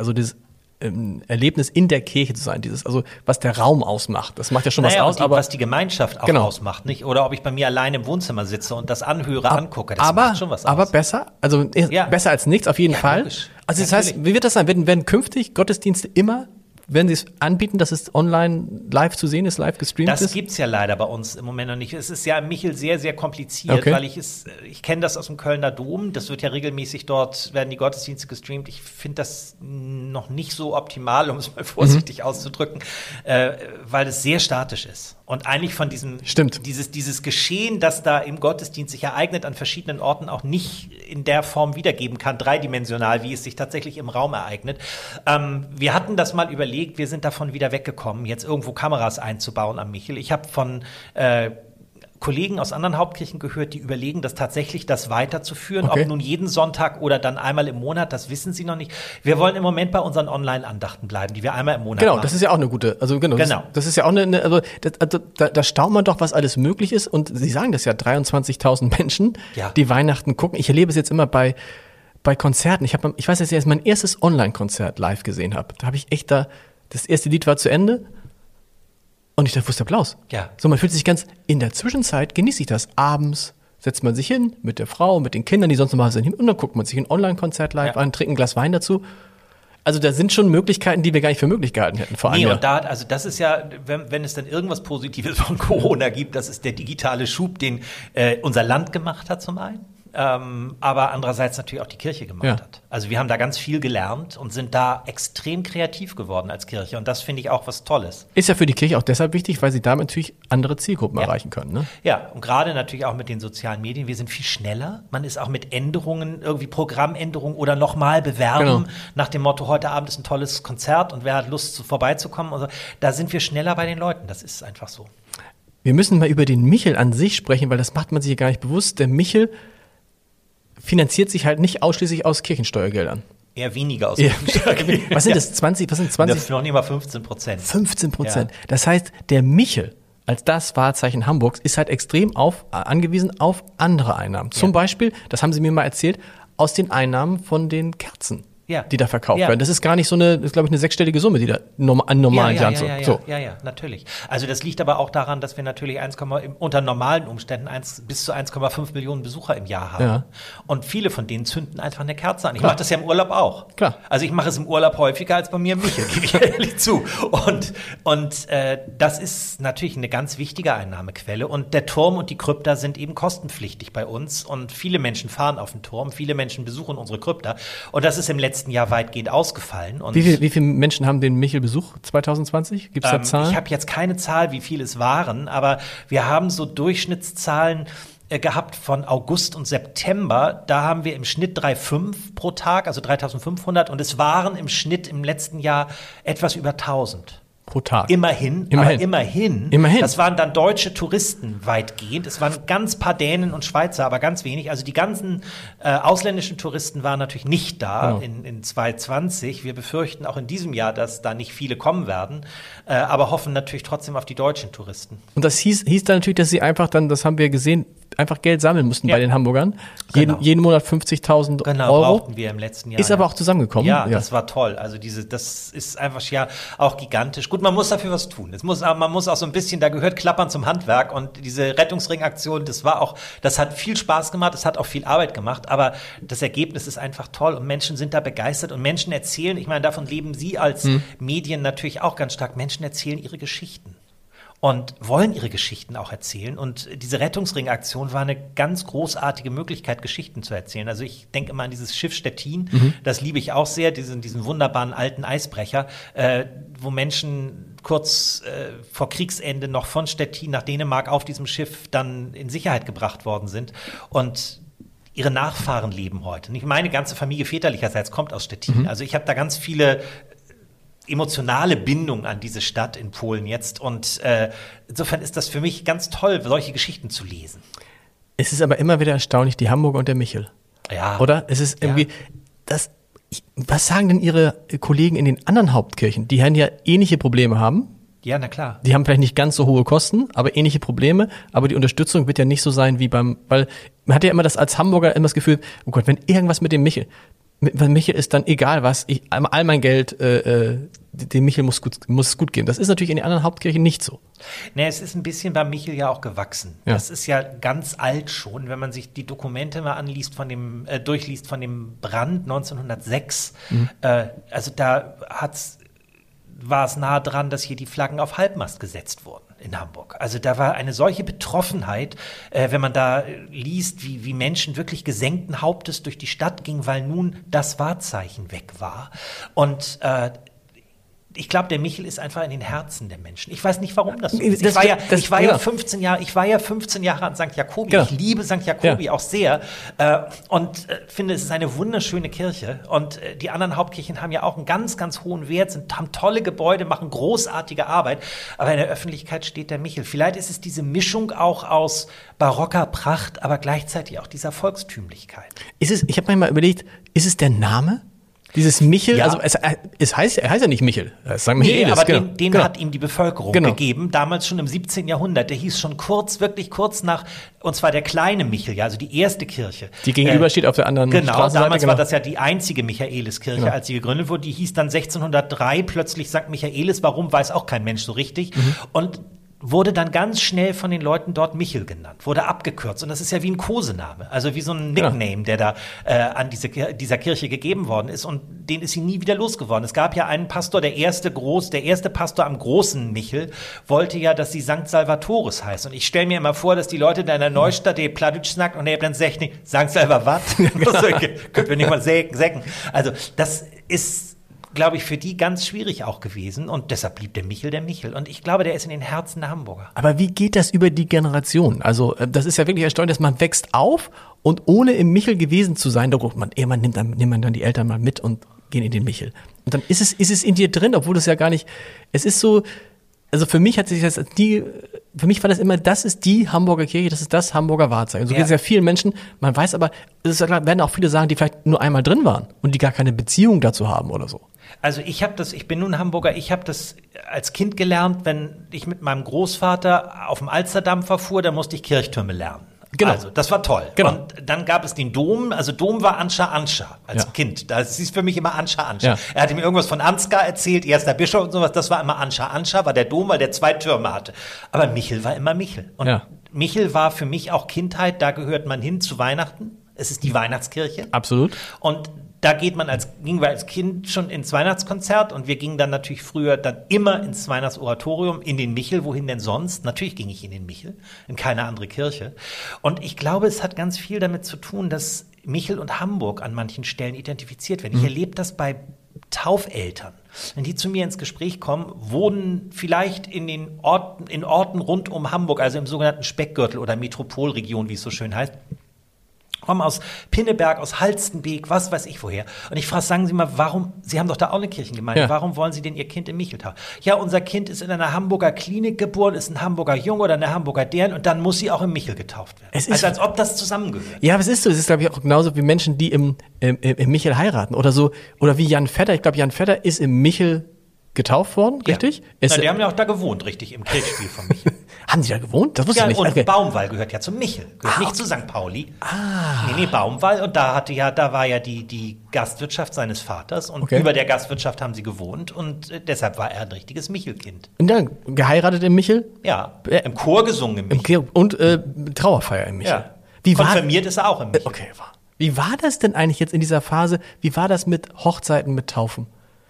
Erlebnis in der Kirche zu sein, was der Raum ausmacht. Das macht ja schon was aus.
Aber was die Gemeinschaft auch ausmacht, nicht? Oder ob ich bei mir alleine im Wohnzimmer sitze und das anhöre, angucke, das macht schon was aus.
Aber besser, besser als nichts, auf jeden Fall.
Logisch.
Also das heißt, wie wird das sein? Werden künftig Gottesdienste immer, wenn sie es anbieten, dass es online live zu sehen ist, live gestreamt ist?
Das gibt's ja leider bei uns im Moment noch nicht. Es ist ja in Michel sehr, sehr kompliziert, weil ich kenne das aus dem Kölner Dom. Das wird ja regelmäßig werden die Gottesdienste gestreamt. Ich finde das noch nicht so optimal, um es mal vorsichtig auszudrücken, weil es sehr statisch ist. Und eigentlich von dieses Geschehen, das da im Gottesdienst sich ereignet, an verschiedenen Orten auch nicht in der Form wiedergeben kann, dreidimensional, wie es sich tatsächlich im Raum ereignet. Wir hatten das mal überlegt, wir sind davon wieder weggekommen, jetzt irgendwo Kameras einzubauen am Michel. Ich habe von Kollegen aus anderen Hauptkirchen gehört, die überlegen, das weiterzuführen. Okay. Ob nun jeden Sonntag oder dann einmal im Monat, das wissen sie noch nicht. Wir wollen im Moment bei unseren Online-Andachten bleiben, die wir einmal im Monat machen.
Genau, das ist ja auch eine gute, das ist ja auch da staunt man doch, was alles möglich ist. Und Sie sagen das ja, 23.000 Menschen, die Weihnachten gucken. Ich erlebe es jetzt immer bei Konzerten. Ich weiß, dass ich jetzt mein erstes Online-Konzert live gesehen habe. Da habe ich echt das erste Lied war zu Ende. Und ich dachte, wo ist der Applaus?
Ja.
So, man fühlt sich in der Zwischenzeit genieße ich das. Abends setzt man sich hin mit der Frau, mit den Kindern, die sonst normalerweise hin, und dann guckt man sich ein Online-Konzert live an, trinkt ein Glas Wein dazu. Also da sind schon Möglichkeiten, die wir gar nicht für möglich gehalten hätten vor einem Jahr.
Und das ist ja, wenn es dann irgendwas Positives von Corona gibt, das ist der digitale Schub, den unser Land gemacht hat zum einen. Aber andererseits natürlich auch die Kirche gemacht hat. Also wir haben da ganz viel gelernt und sind da extrem kreativ geworden als Kirche. Und das finde ich auch was Tolles.
Ist ja für die Kirche auch deshalb wichtig, weil sie damit natürlich andere Zielgruppen erreichen können. Ne?
Ja, und gerade natürlich auch mit den sozialen Medien. Wir sind viel schneller. Man ist auch mit Änderungen, irgendwie Programmänderungen oder nochmal bewerben nach dem Motto, heute Abend ist ein tolles Konzert und wer hat Lust, vorbeizukommen. Also, da sind wir schneller bei den Leuten. Das ist einfach so.
Wir müssen mal über den Michel an sich sprechen, weil das macht man sich ja gar nicht bewusst. Der Michel finanziert sich halt nicht ausschließlich aus Kirchensteuergeldern.
Eher weniger aus Kirchensteuergeldern.
Was sind das? 20? Was sind 20?
Das sind noch nicht mal 15%.
15%. Ja. Das heißt, der Michel als das Wahrzeichen Hamburgs ist halt extrem angewiesen auf andere Einnahmen. Zum Beispiel, das haben Sie mir mal erzählt, aus den Einnahmen von den Kerzen. Die da verkauft werden. Das ist gar nicht das ist, glaube ich, eine sechsstellige Summe, die da an normalen Jahren
Ja, natürlich. Also das liegt aber auch daran, dass wir natürlich unter normalen Umständen bis zu 1,5 Millionen Besucher im Jahr haben. Ja. Und viele von denen zünden einfach eine Kerze an. Ich mache das ja im Urlaub auch.
Klar.
Also ich mache es im Urlaub häufiger als bei mir im Michel, gebe ich ehrlich zu. Und das ist natürlich eine ganz wichtige Einnahmequelle. Und der Turm und die Krypta sind eben kostenpflichtig bei uns. Und viele Menschen fahren auf den Turm, viele Menschen besuchen unsere Krypta. Und das ist im letzten Jahr weitgehend ausgefallen. Und
wie viele Menschen haben den Michel besucht 2020? Gibt es da Zahlen?
Ich habe jetzt keine Zahl, wie viele es waren, aber wir haben so Durchschnittszahlen gehabt von August und September. Da haben wir im Schnitt 3,5 pro Tag, also 3.500. Und es waren im Schnitt im letzten Jahr etwas über 1.000.
Pro Tag.
Immerhin. Das waren dann deutsche Touristen weitgehend. Es waren ganz paar Dänen und Schweizer, aber ganz wenig. Also die ganzen ausländischen Touristen waren natürlich nicht da in 2020. Wir befürchten auch in diesem Jahr, dass da nicht viele kommen werden, aber hoffen natürlich trotzdem auf die deutschen Touristen.
Und das hieß dann natürlich, dass sie einfach dann, das haben wir gesehen, einfach Geld sammeln mussten bei den Hamburgern. Jeden Monat 50.000 Euro.
Brauchten wir im letzten Jahr.
Ist aber auch zusammengekommen.
Ja, das war toll. Also das ist einfach auch gigantisch. Gut, man muss dafür was tun. Man muss auch so ein bisschen, da gehört Klappern zum Handwerk, und diese Rettungsring-Aktion, das hat viel Spaß gemacht, es hat auch viel Arbeit gemacht, aber das Ergebnis ist einfach toll und Menschen sind da begeistert und Menschen erzählen, ich meine, davon leben Sie als Medien natürlich auch ganz stark, Menschen erzählen ihre Geschichten. Und wollen ihre Geschichten auch erzählen. Und diese Rettungsring-Aktion war eine ganz großartige Möglichkeit, Geschichten zu erzählen. Also ich denke immer an dieses Schiff Stettin, das liebe ich auch sehr, diesen wunderbaren alten Eisbrecher, wo Menschen kurz vor Kriegsende noch von Stettin nach Dänemark auf diesem Schiff dann in Sicherheit gebracht worden sind. Und ihre Nachfahren leben heute. Nicht meine ganze Familie väterlicherseits kommt aus Stettin. Also ich habe da ganz viele emotionale Bindung an diese Stadt in Polen jetzt. Und insofern ist das für mich ganz toll, solche Geschichten zu lesen.
Es ist aber immer wieder erstaunlich, die Hamburger und der Michel.
Ja.
Oder? Es ist irgendwie, was sagen denn Ihre Kollegen in den anderen Hauptkirchen, die ja ähnliche Probleme haben?
Ja, na klar.
Die haben vielleicht nicht ganz so hohe Kosten, aber ähnliche Probleme. Aber die Unterstützung wird ja nicht so sein wie weil man hat ja immer als Hamburger immer das Gefühl, oh Gott, wenn irgendwas mit dem Michel ist dann egal was, all mein Geld, dem Michel muss es gut gehen. Das ist natürlich in den anderen Hauptkirchen nicht so.
Nee, es ist ein bisschen beim Michel ja auch gewachsen. Ja. Das ist ja ganz alt schon, wenn man sich die Dokumente mal durchliest von dem Brand 1906. Also da war es nahe dran, dass hier die Flaggen auf Halbmast gesetzt wurden in Hamburg. Also da war eine solche Betroffenheit, wenn man da liest, wie Menschen wirklich gesenkten Hauptes durch die Stadt gingen, weil nun das Wahrzeichen weg war. Und ich glaube, der Michel ist einfach in den Herzen der Menschen. Ich weiß nicht, warum das so ist. Ich war ja 15 Jahre an St. Jakobi. Genau. Ich liebe St. Jakobi auch sehr und finde, es ist eine wunderschöne Kirche. Und die anderen Hauptkirchen haben ja auch einen ganz, ganz hohen Wert, haben tolle Gebäude, machen großartige Arbeit. Aber in der Öffentlichkeit steht der Michel. Vielleicht ist es diese Mischung auch aus barocker Pracht, aber gleichzeitig auch dieser Volkstümlichkeit.
Ich habe manchmal überlegt, ist es der Name? Dieses Michel,
ja.
Also er heißt ja nicht Michel, sagen wir
Michaelis. Aber den hat ihm die Bevölkerung gegeben, damals schon im 17. Jahrhundert. Der hieß schon wirklich kurz nach, und zwar der kleine Michel, ja, also die erste Kirche.
Die gegenüber steht auf der anderen Straßenseite.
Damals war das ja die einzige Michaeliskirche, als sie gegründet wurde. Die hieß dann 1603 plötzlich St. Michaelis. Warum, weiß auch kein Mensch so richtig. Und wurde dann ganz schnell von den Leuten dort Michel genannt, wurde abgekürzt. Und das ist ja wie ein Kosename, also wie so ein Nickname, der da an dieser Kirche gegeben worden ist. Und den ist sie nie wieder losgeworden. Es gab ja einen Pastor, der erste Pastor am großen Michel, wollte ja, dass sie St. Salvatoris heißt. Und ich stelle mir immer vor, dass die Leute da in der Neustadt, die Pladütsch snackt und der dann sagt, St. Salva was? Können wir nicht mal säcken. Also das ist, glaube ich, für die ganz schwierig auch gewesen. Und deshalb blieb der Michel. Und ich glaube, der ist in den Herzen der Hamburger.
Aber wie geht das über die Generation? Also das ist ja wirklich erstaunlich, dass man wächst auf und ohne im Michel gewesen zu sein, irgendwann nimmt man dann die Eltern mal mit und gehen in den Michel. Und dann ist es in dir drin, obwohl das ja gar nicht, es ist so, also für mich für mich war das immer, das ist die Hamburger Kirche, das ist das Hamburger Wahrzeichen. Und so geht es ja vielen Menschen, man weiß aber, werden auch viele sagen, die vielleicht nur einmal drin waren und die gar keine Beziehung dazu haben oder so.
Also ich bin nun Hamburger, ich habe das als Kind gelernt, wenn ich mit meinem Großvater auf dem Alsterdampfer fuhr, da musste ich Kirchtürme lernen. Genau. Also, das war toll. Genau. Und dann gab es den Dom, also Dom war Anscha als Kind. Das ist für mich immer Anscha. Ja. Er hatte mir irgendwas von Ansgar erzählt, erster Bischof und sowas, das war immer Anscha, war der Dom, weil der 2 Türme hatte. Aber Michel war immer Michel. Und Michel war für mich auch Kindheit, da gehört man hin zu Weihnachten. Es ist die Weihnachtskirche.
Absolut.
Und da gingen wir als Kind schon ins Weihnachtskonzert und wir gingen dann natürlich früher dann immer ins Weihnachtsoratorium, in den Michel, wohin denn sonst? Natürlich ging ich in den Michel, in keine andere Kirche. Und ich glaube, es hat ganz viel damit zu tun, dass Michel und Hamburg an manchen Stellen identifiziert werden. Ich erlebe das bei Taufeltern. Wenn die zu mir ins Gespräch kommen, wohnen vielleicht in Orten rund um Hamburg, also im sogenannten Speckgürtel oder Metropolregion, wie es so schön heißt, kommen aus Pinneberg, aus Halstenbeek, was weiß ich woher. Und ich frage, sagen Sie mal, Sie haben doch da auch eine Kirchengemeinde, warum wollen Sie denn Ihr Kind im Michel taufen? Ja, unser Kind ist in einer Hamburger Klinik geboren, ist ein Hamburger Junge oder eine Hamburger Dern und dann muss sie auch im Michel getauft werden. Also als ob das zusammengehört.
Ja, aber es ist so. Es ist, glaube ich, auch genauso wie Menschen, die im Michel heiraten oder so. Oder wie Jan Vetter. Ich glaube, Jan Vetter ist im Michel getauft worden, richtig?
Ja. Die haben ja auch da gewohnt, richtig, im Kirchspiel von Michel.
Haben die da gewohnt? Das wusste ich nicht.
Und Baumwall gehört ja zum Michel, gehört nicht zu St. Pauli. Nee, Baumwall. Und da war ja die Gastwirtschaft seines Vaters und über der Gastwirtschaft haben sie gewohnt und deshalb war er ein richtiges Michelkind.
Und dann geheiratet im Michel?
Ja, im Chor gesungen im Michel.
Und Trauerfeier im Michel.
Ja. Konfirmiert ist er auch im Michel.
Okay, wie war das denn eigentlich jetzt in dieser Phase? Wie war das mit Hochzeiten, mit Taufen?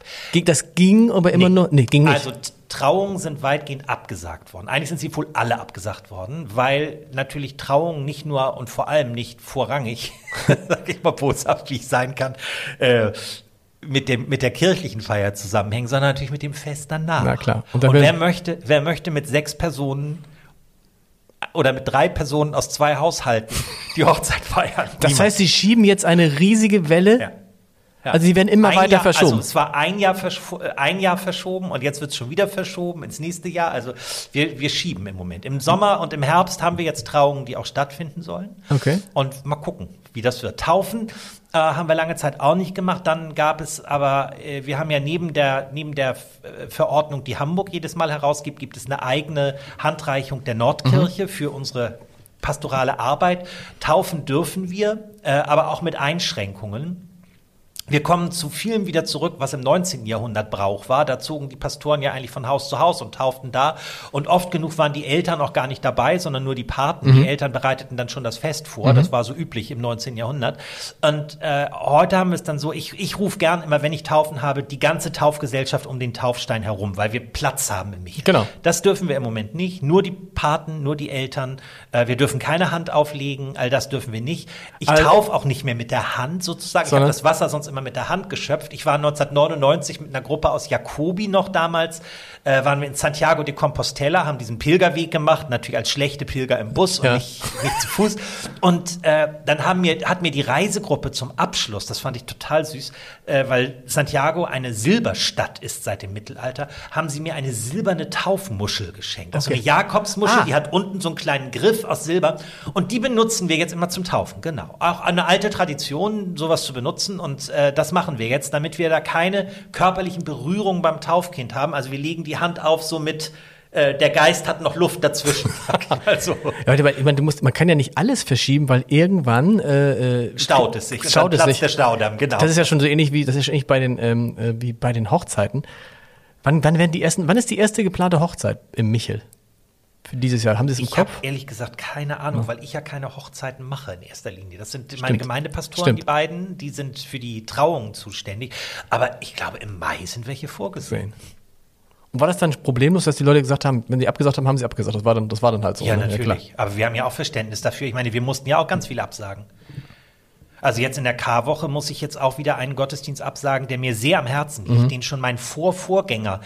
Das ging aber immer nur, ging nicht.
Also Trauungen sind weitgehend abgesagt worden. Eigentlich sind sie wohl alle abgesagt worden, weil natürlich Trauungen nicht nur und vor allem nicht vorrangig, sag ich mal boshaft, wie ich sein kann, mit der kirchlichen Feier zusammenhängen, sondern natürlich mit dem Fest danach.
Na klar.
Und wer möchte mit 6 Personen oder mit 3 Personen aus 2 Haushalten die Hochzeit feiern?
Das heißt, sie schieben jetzt eine riesige Welle? Ja. Ja. Also sie werden immer weiter verschoben.
Also es war ein Jahr verschoben und jetzt wird es schon wieder verschoben ins nächste Jahr. Also wir schieben im Moment. Im Sommer und im Herbst haben wir jetzt Trauungen, die auch stattfinden sollen.
Okay.
Und mal gucken. wie das wird. Taufen haben wir lange Zeit auch nicht gemacht. Dann gab es aber, wir haben ja neben der Verordnung, die Hamburg jedes Mal herausgibt, gibt es eine eigene Handreichung der Nordkirche für unsere pastorale Arbeit. Taufen dürfen wir, aber auch mit Einschränkungen. Wir kommen zu vielem wieder zurück, was im 19. Jahrhundert Brauch war. Da zogen die Pastoren ja eigentlich von Haus zu Haus und tauften da. Und oft genug waren die Eltern auch gar nicht dabei, sondern nur die Paten. Die Eltern bereiteten dann schon das Fest vor. Das war so üblich im 19. Jahrhundert. Und heute haben wir es dann so, ich rufe gern immer, wenn ich Taufen habe, die ganze Taufgesellschaft um den Taufstein herum, weil wir Platz haben im Michel.
Genau.
Das dürfen wir im Moment nicht. Nur die Paten, nur die Eltern. Wir dürfen keine Hand auflegen. All das dürfen wir nicht. Ich taufe auch nicht mehr mit der Hand sozusagen. Ich habe das Wasser sonst immer mit der Hand geschöpft. Ich war 1999 mit einer Gruppe aus Jacobi noch damals, waren wir in Santiago de Compostela, haben diesen Pilgerweg gemacht, natürlich als schlechte Pilger im Bus und nicht zu Fuß. Und dann hat mir die Reisegruppe zum Abschluss, das fand ich total süß, weil Santiago eine Silberstadt ist seit dem Mittelalter, haben sie mir eine silberne Taufmuschel geschenkt. Also eine Jakobsmuschel, die hat unten so einen kleinen Griff aus Silber und die benutzen wir jetzt immer zum Taufen, genau. Auch eine alte Tradition, sowas zu benutzen und das machen wir jetzt, damit wir da keine körperlichen Berührungen beim Taufkind haben. Also wir legen die Hand auf, so mit der Geist hat noch Luft dazwischen. Also.
Ja, ich meine, man kann ja nicht alles verschieben, weil irgendwann
staut es sich. Der Staudamm, genau.
Das ist ja schon so ähnlich wie bei den Hochzeiten. Wann ist die erste geplante Hochzeit im Michel? Für dieses Jahr. Haben Sie es im Kopf?
Ich habe ehrlich gesagt keine Ahnung, weil ich ja keine Hochzeiten mache in erster Linie. Das sind meine Gemeindepastoren, die beiden, die sind für die Trauungen zuständig. Aber ich glaube, im Mai sind welche vorgesehen.
Und war das dann problemlos, dass die Leute gesagt haben, wenn sie abgesagt haben, haben sie abgesagt? Das war dann halt so.
Ja, natürlich. Ja, aber wir haben ja auch Verständnis dafür. Ich meine, wir mussten ja auch ganz viel absagen. Also jetzt in der Karwoche muss ich jetzt auch wieder einen Gottesdienst absagen, der mir sehr am Herzen liegt, den schon mein Vorgänger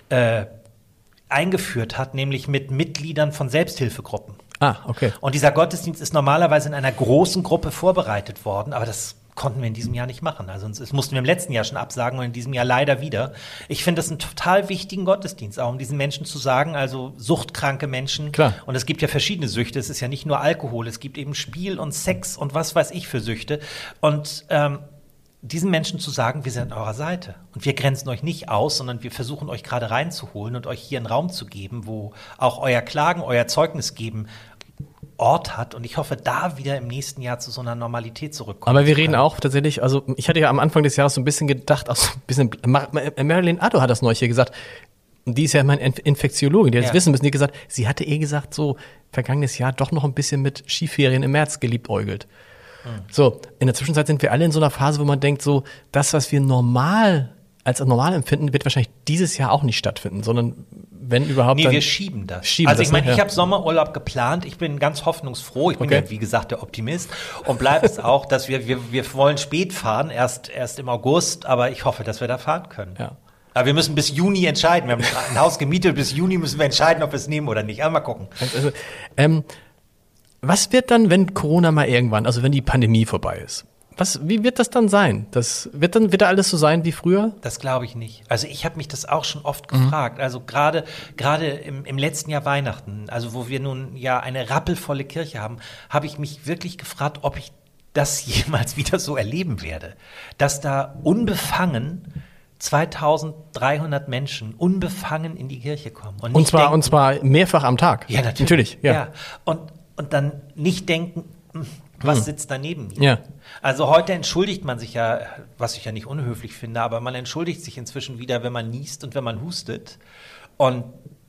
eingeführt hat, nämlich mit Mitgliedern von Selbsthilfegruppen.
Ah, okay.
Und dieser Gottesdienst ist normalerweise in einer großen Gruppe vorbereitet worden, aber das konnten wir in diesem Jahr nicht machen. Also das mussten wir im letzten Jahr schon absagen und in diesem Jahr leider wieder. Ich finde das einen total wichtigen Gottesdienst, auch um diesen Menschen zu sagen, also suchtkranke Menschen.
Klar.
Und es gibt ja verschiedene Süchte. Es ist ja nicht nur Alkohol, es gibt eben Spiel und Sex und was weiß ich für Süchte. Und diesen Menschen zu sagen, wir sind an eurer Seite und wir grenzen euch nicht aus, sondern wir versuchen euch gerade reinzuholen und euch hier einen Raum zu geben, wo auch euer Klagen, euer Zeugnis geben Ort hat. Und ich hoffe, da wieder im nächsten Jahr zu so einer Normalität zurückkommen.
Aber wir reden auch tatsächlich, also ich hatte ja am Anfang des Jahres so ein bisschen gedacht, Marilyn Addo hat das neulich hier gesagt, die ist ja meine Infektiologin, die hat das wissen müssen, die hat gesagt, sie hatte gesagt, so vergangenes Jahr doch noch ein bisschen mit Skiferien im März geliebäugelt. So, in der Zwischenzeit sind wir alle in so einer Phase, wo man denkt, so, das, was wir als normal empfinden, wird wahrscheinlich dieses Jahr auch nicht stattfinden, sondern wenn überhaupt.
Nee, wir schieben das. Ich habe Sommerurlaub geplant, ich bin ganz hoffnungsfroh, ich bin ja, wie gesagt, der Optimist und bleibt es auch, dass wir wollen spät fahren, erst im August, aber ich hoffe, dass wir da fahren können.
Ja.
Aber wir müssen bis Juni entscheiden, wir haben ein Haus gemietet, bis Juni müssen wir entscheiden, ob wir es nehmen oder nicht, aber mal gucken.
Also, was wird dann, wenn Corona mal irgendwann, also wenn die Pandemie vorbei ist? Wie wird das dann sein? Wird da alles so sein wie früher?
Das glaube ich nicht. Also ich habe mich das auch schon oft gefragt. Also gerade im letzten Jahr Weihnachten, also wo wir nun ja eine rappelvolle Kirche haben, habe ich mich wirklich gefragt, ob ich das jemals wieder so erleben werde. Dass da unbefangen 2300 Menschen unbefangen in die Kirche kommen. Und
zwar mehrfach am Tag.
Ja, natürlich.
Ja.
Und dann nicht denken, was sitzt da neben mir?
Ja.
Also heute entschuldigt man sich ja, was ich ja nicht unhöflich finde, aber man entschuldigt sich inzwischen wieder, wenn man niest und wenn man hustet. Und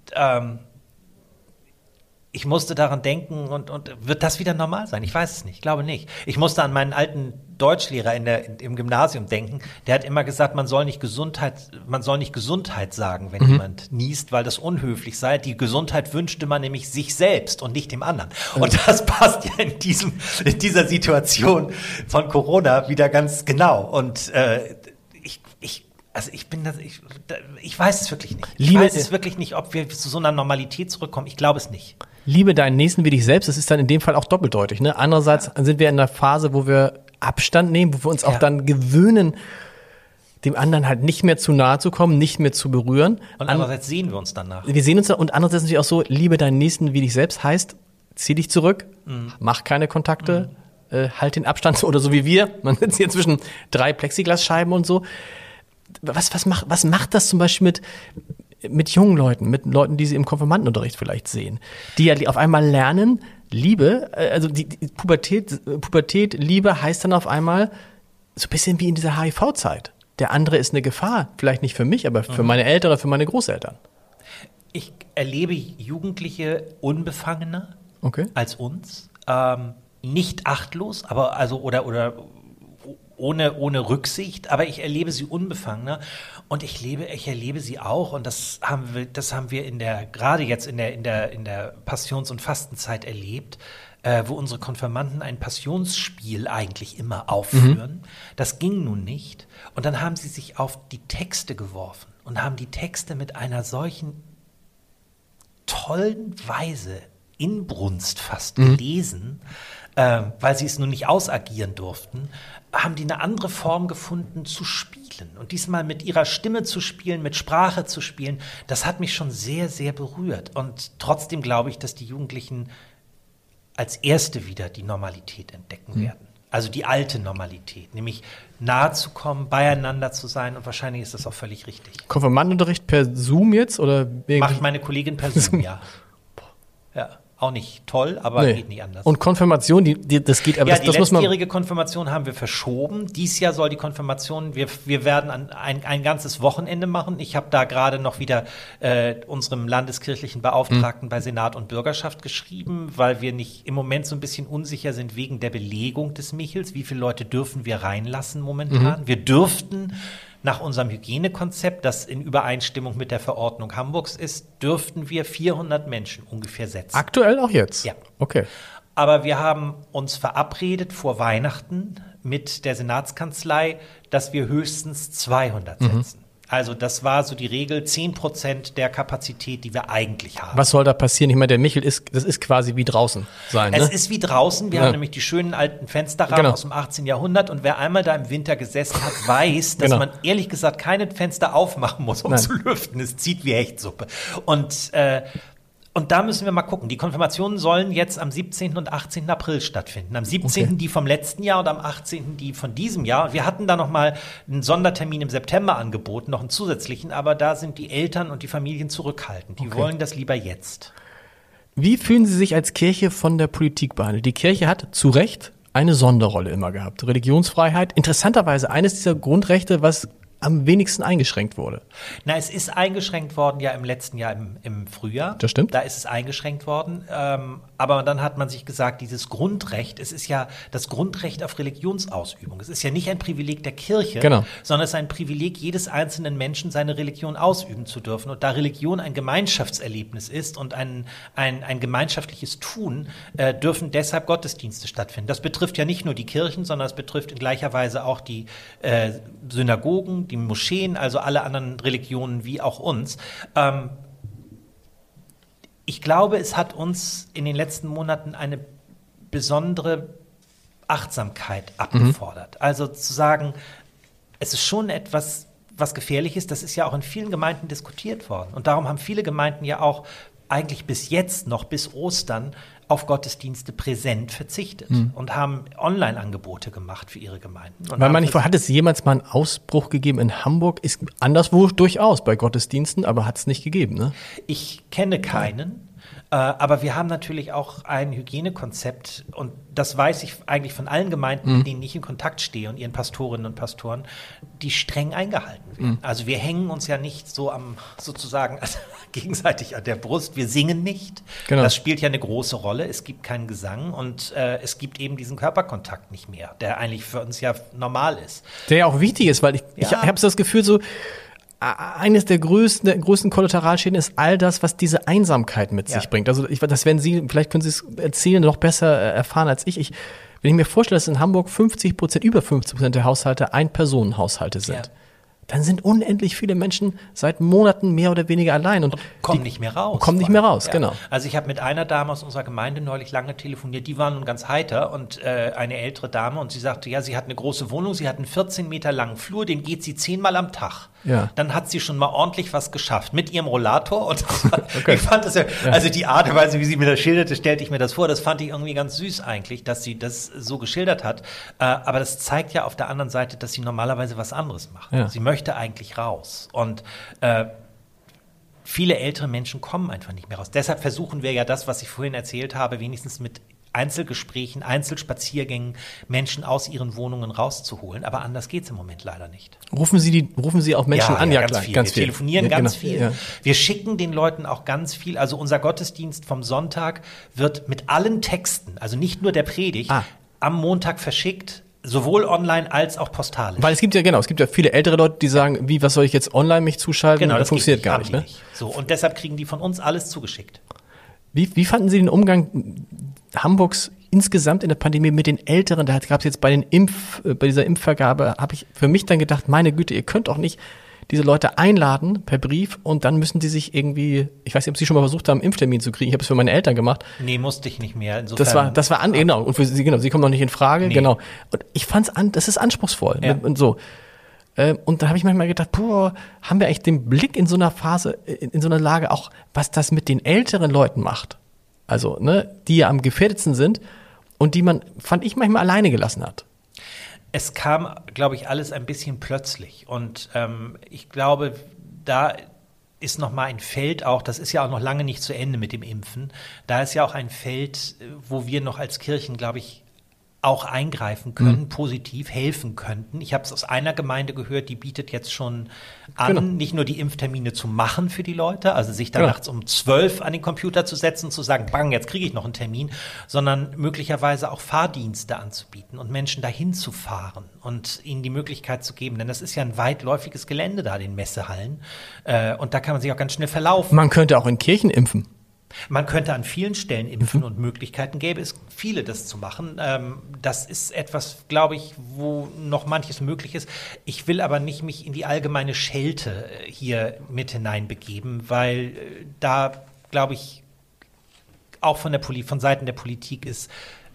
ich musste daran denken und wird das wieder normal sein? Ich weiß es nicht, glaube nicht. Ich musste an meinen alten Deutschlehrer im Gymnasium denken. Der hat immer gesagt, man soll nicht Gesundheit sagen, wenn jemand niest, weil das unhöflich sei. Die Gesundheit wünschte man nämlich sich selbst und nicht dem anderen. Und das passt ja in dieser Situation von Corona wieder ganz genau. Und ich weiß es wirklich nicht. Ich weiß es wirklich nicht, ob wir zu so einer Normalität zurückkommen. Ich glaube es nicht.
Liebe deinen Nächsten wie dich selbst, das ist dann in dem Fall auch doppeldeutig. Ne? Andererseits sind wir in einer Phase, wo wir Abstand nehmen, wo wir uns auch dann gewöhnen, dem anderen halt nicht mehr zu nahe zu kommen, nicht mehr zu berühren.
Und andererseits sehen wir uns danach.
Wir sehen uns dann, und andererseits natürlich auch so, liebe deinen Nächsten wie dich selbst heißt, zieh dich zurück, mach keine Kontakte, halt den Abstand oder so wie wir. Man sitzt hier zwischen 3 Plexiglasscheiben und so. Was macht das zum Beispiel mit jungen Leuten, mit Leuten, die sie im Konfirmandenunterricht vielleicht sehen, die ja auf einmal lernen, Liebe, also die Pubertät, Liebe heißt dann auf einmal so ein bisschen wie in dieser HIV-Zeit. Der andere ist eine Gefahr, vielleicht nicht für mich, aber für meine Eltern oder für meine Großeltern.
Ich erlebe Jugendliche unbefangener als uns, nicht achtlos, aber oder ohne Rücksicht, aber ich erlebe sie unbefangener und ich erlebe sie auch, und das haben wir gerade jetzt in der Passions- und Fastenzeit erlebt, wo unsere Konfirmanden ein Passionsspiel eigentlich immer aufführen. Das ging nun nicht. Und dann haben sie sich auf die Texte geworfen und haben die Texte mit einer solchen tollen Weise, Inbrunst fast gelesen, weil sie es nun nicht ausagieren durften, haben die eine andere Form gefunden zu spielen. Und diesmal mit ihrer Stimme zu spielen, mit Sprache zu spielen, das hat mich schon sehr, sehr berührt. Und trotzdem glaube ich, dass die Jugendlichen als Erste wieder die Normalität entdecken werden. Also die alte Normalität, nämlich nahe zu kommen, beieinander zu sein, und wahrscheinlich ist das auch völlig richtig.
Konfirmandenunterricht per Zoom jetzt? Oder
macht meine Kollegin per Zoom, ja. Ja. Auch nicht toll, aber geht nicht anders.
Und Konfirmation, das geht, aber
ja,
das muss man.
Die letztjährige Konfirmation haben wir verschoben. Dies Jahr soll die Konfirmation, wir werden ein ganzes Wochenende machen. Ich habe da gerade noch wieder unserem landeskirchlichen Beauftragten bei Senat und Bürgerschaft geschrieben, weil wir im Moment so ein bisschen unsicher sind wegen der Belegung des Michels. Wie viele Leute dürfen wir reinlassen momentan? Wir dürften nach unserem Hygienekonzept, das in Übereinstimmung mit der Verordnung Hamburgs ist, dürften wir 400 Menschen ungefähr setzen.
Aktuell auch jetzt?
Ja.
Okay. Aber
wir haben uns verabredet vor Weihnachten mit der Senatskanzlei, dass wir höchstens 200 setzen. Also das war so die Regel, 10% der Kapazität, die wir eigentlich haben.
Was soll da passieren? Ich meine, der Michel das ist quasi wie draußen sein, ne?
Es ist wie draußen. Wir haben nämlich die schönen alten Fensterrahmen aus dem 18. Jahrhundert. Und wer einmal da im Winter gesessen hat, weiß, dass man ehrlich gesagt keine Fenster aufmachen muss, um zu lüften. Es zieht wie Hechtsuppe. Und da müssen wir mal gucken. Die Konfirmationen sollen jetzt am 17. und 18. April stattfinden. Am 17. die vom letzten Jahr und am 18. die von diesem Jahr. Wir hatten da noch mal einen Sondertermin im September angeboten, noch einen zusätzlichen, aber da sind die Eltern und die Familien zurückhaltend. Die wollen das lieber jetzt.
Wie fühlen Sie sich als Kirche von der Politik behandelt? Die Kirche hat zu Recht eine Sonderrolle immer gehabt. Religionsfreiheit, interessanterweise eines dieser Grundrechte, was am wenigsten eingeschränkt wurde.
Na, es ist eingeschränkt worden ja im letzten Jahr im Frühjahr.
Das stimmt.
Da ist es eingeschränkt worden. Aber dann hat man sich gesagt, dieses Grundrecht, es ist ja das Grundrecht auf Religionsausübung. Es ist ja nicht ein Privileg der Kirche, sondern es ist ein Privileg jedes einzelnen Menschen, seine Religion ausüben zu dürfen. Und da Religion ein Gemeinschaftserlebnis ist und ein gemeinschaftliches Tun, dürfen deshalb Gottesdienste stattfinden. Das betrifft ja nicht nur die Kirchen, sondern es betrifft in gleicher Weise auch die Synagogen, die Moscheen, also alle anderen Religionen wie auch uns. Ich glaube, es hat uns in den letzten Monaten eine besondere Achtsamkeit abgefordert. Also zu sagen, es ist schon etwas, was gefährlich ist. Das ist ja auch in vielen Gemeinden diskutiert worden. Und darum haben viele Gemeinden ja auch eigentlich bis jetzt noch, bis Ostern, auf Gottesdienste präsent verzichtet und haben Online-Angebote gemacht für ihre Gemeinden.
Weil man nicht, hat es jemals mal einen Ausbruch gegeben in Hamburg? Ist anderswo durchaus bei Gottesdiensten, aber hat es nicht gegeben, ne?
Ich kenne keinen. Aber wir haben natürlich auch ein Hygienekonzept, und das weiß ich eigentlich von allen Gemeinden, mit denen ich in Kontakt stehe und ihren Pastorinnen und Pastoren, die streng eingehalten werden. Also wir hängen uns ja nicht so sozusagen gegenseitig an der Brust, wir singen nicht. Das spielt ja eine große Rolle, es gibt keinen Gesang und es gibt eben diesen Körperkontakt nicht mehr, der eigentlich für uns ja normal ist. Der ja
auch wichtig ist, weil ich habe das Gefühl so, eines der größten Kollateralschäden ist all das, was diese Einsamkeit mit sich bringt. Also das werden Sie, vielleicht können Sie es erzählen, noch besser erfahren als ich. Wenn ich mir vorstelle, dass in Hamburg über 50% der Haushalte Ein-Personen-Haushalte sind. dann sind unendlich viele Menschen seit Monaten mehr oder weniger allein und
kommen nicht mehr raus.
Kommen nicht mehr raus, genau.
Also ich habe mit einer Dame aus unserer Gemeinde neulich lange telefoniert, die war nun ganz heiter und eine ältere Dame und sie sagte, ja, sie hat eine große Wohnung, sie hat einen 14 Meter langen Flur, den geht sie 10-mal am Tag.
Ja.
Dann hat sie schon mal ordentlich was geschafft mit ihrem Rollator und ich fand das also die Art und Weise, wie sie mir das schilderte, stellte ich mir das vor, das fand ich irgendwie ganz süß eigentlich, dass sie das so geschildert hat, aber das zeigt ja auf der anderen Seite, dass sie normalerweise was anderes macht.
Ja.
Sie möchte eigentlich raus und viele ältere Menschen kommen einfach nicht mehr raus. Deshalb versuchen wir ja das, was ich vorhin erzählt habe, wenigstens mit Einzelgesprächen, Einzelspaziergängen Menschen aus ihren Wohnungen rauszuholen. Aber anders geht es im Moment leider nicht.
Rufen Sie auch Menschen an?
Ja, ganz viel.
Ganz
wir
viel.
Telefonieren ganz
genau.
viel.
Ja.
Wir schicken den Leuten auch ganz viel. Also unser Gottesdienst vom Sonntag wird mit allen Texten, also nicht nur der Predigt, am Montag verschickt, sowohl online als auch postalisch.
Weil es gibt ja viele ältere Leute, die sagen, was soll ich jetzt online mich zuschalten?
Genau,
das funktioniert gar nicht. Ne?
So, und deshalb kriegen die von uns alles zugeschickt.
Wie fanden Sie den Umgang Hamburgs insgesamt in der Pandemie mit den Älteren? Da gab es jetzt bei dieser Impfvergabe, habe ich für mich dann gedacht, meine Güte, ihr könnt doch nicht diese Leute einladen per Brief und dann müssen die sich irgendwie, ich weiß nicht, ob Sie schon mal versucht haben, einen Impftermin zu kriegen. Ich habe es für meine Eltern gemacht.
Nee, musste ich nicht mehr. Insofern,
das war genau. Und für Sie, genau, Sie kommen noch nicht in Frage.
Nee.
Genau. Und ich fand's das ist anspruchsvoll.
Ja.
Und so. Und da habe ich manchmal gedacht, haben wir eigentlich den Blick in so einer Phase, in so einer Lage auch, was das mit den älteren Leuten macht? Also, die ja am gefährdetsten sind und die man, fand ich, manchmal alleine gelassen hat.
Es kam, glaube ich, alles ein bisschen plötzlich. Und ich glaube, da ist noch mal ein Feld auch, das ist ja auch noch lange nicht zu Ende mit dem Impfen, da ist ja auch ein Feld, wo wir noch als Kirchen, glaube ich, auch eingreifen können, positiv helfen könnten. Ich habe es aus einer Gemeinde gehört, die bietet jetzt schon an, nicht nur die Impftermine zu machen für die Leute, also sich da nachts um 12 an den Computer zu setzen und zu sagen, bang, jetzt kriege ich noch einen Termin, sondern möglicherweise auch Fahrdienste anzubieten und Menschen dahin zu fahren und ihnen die Möglichkeit zu geben, denn das ist ja ein weitläufiges Gelände da, den Messehallen, und da kann man sich auch ganz schnell verlaufen.
Man könnte auch in Kirchen impfen.
Man könnte an vielen Stellen impfen und Möglichkeiten gäbe es viele, das zu machen. Das ist etwas, glaube ich, wo noch manches möglich ist. Ich will aber nicht mich in die allgemeine Schelte hier mit hineinbegeben, weil da, glaube ich, auch von Seiten der Politik ist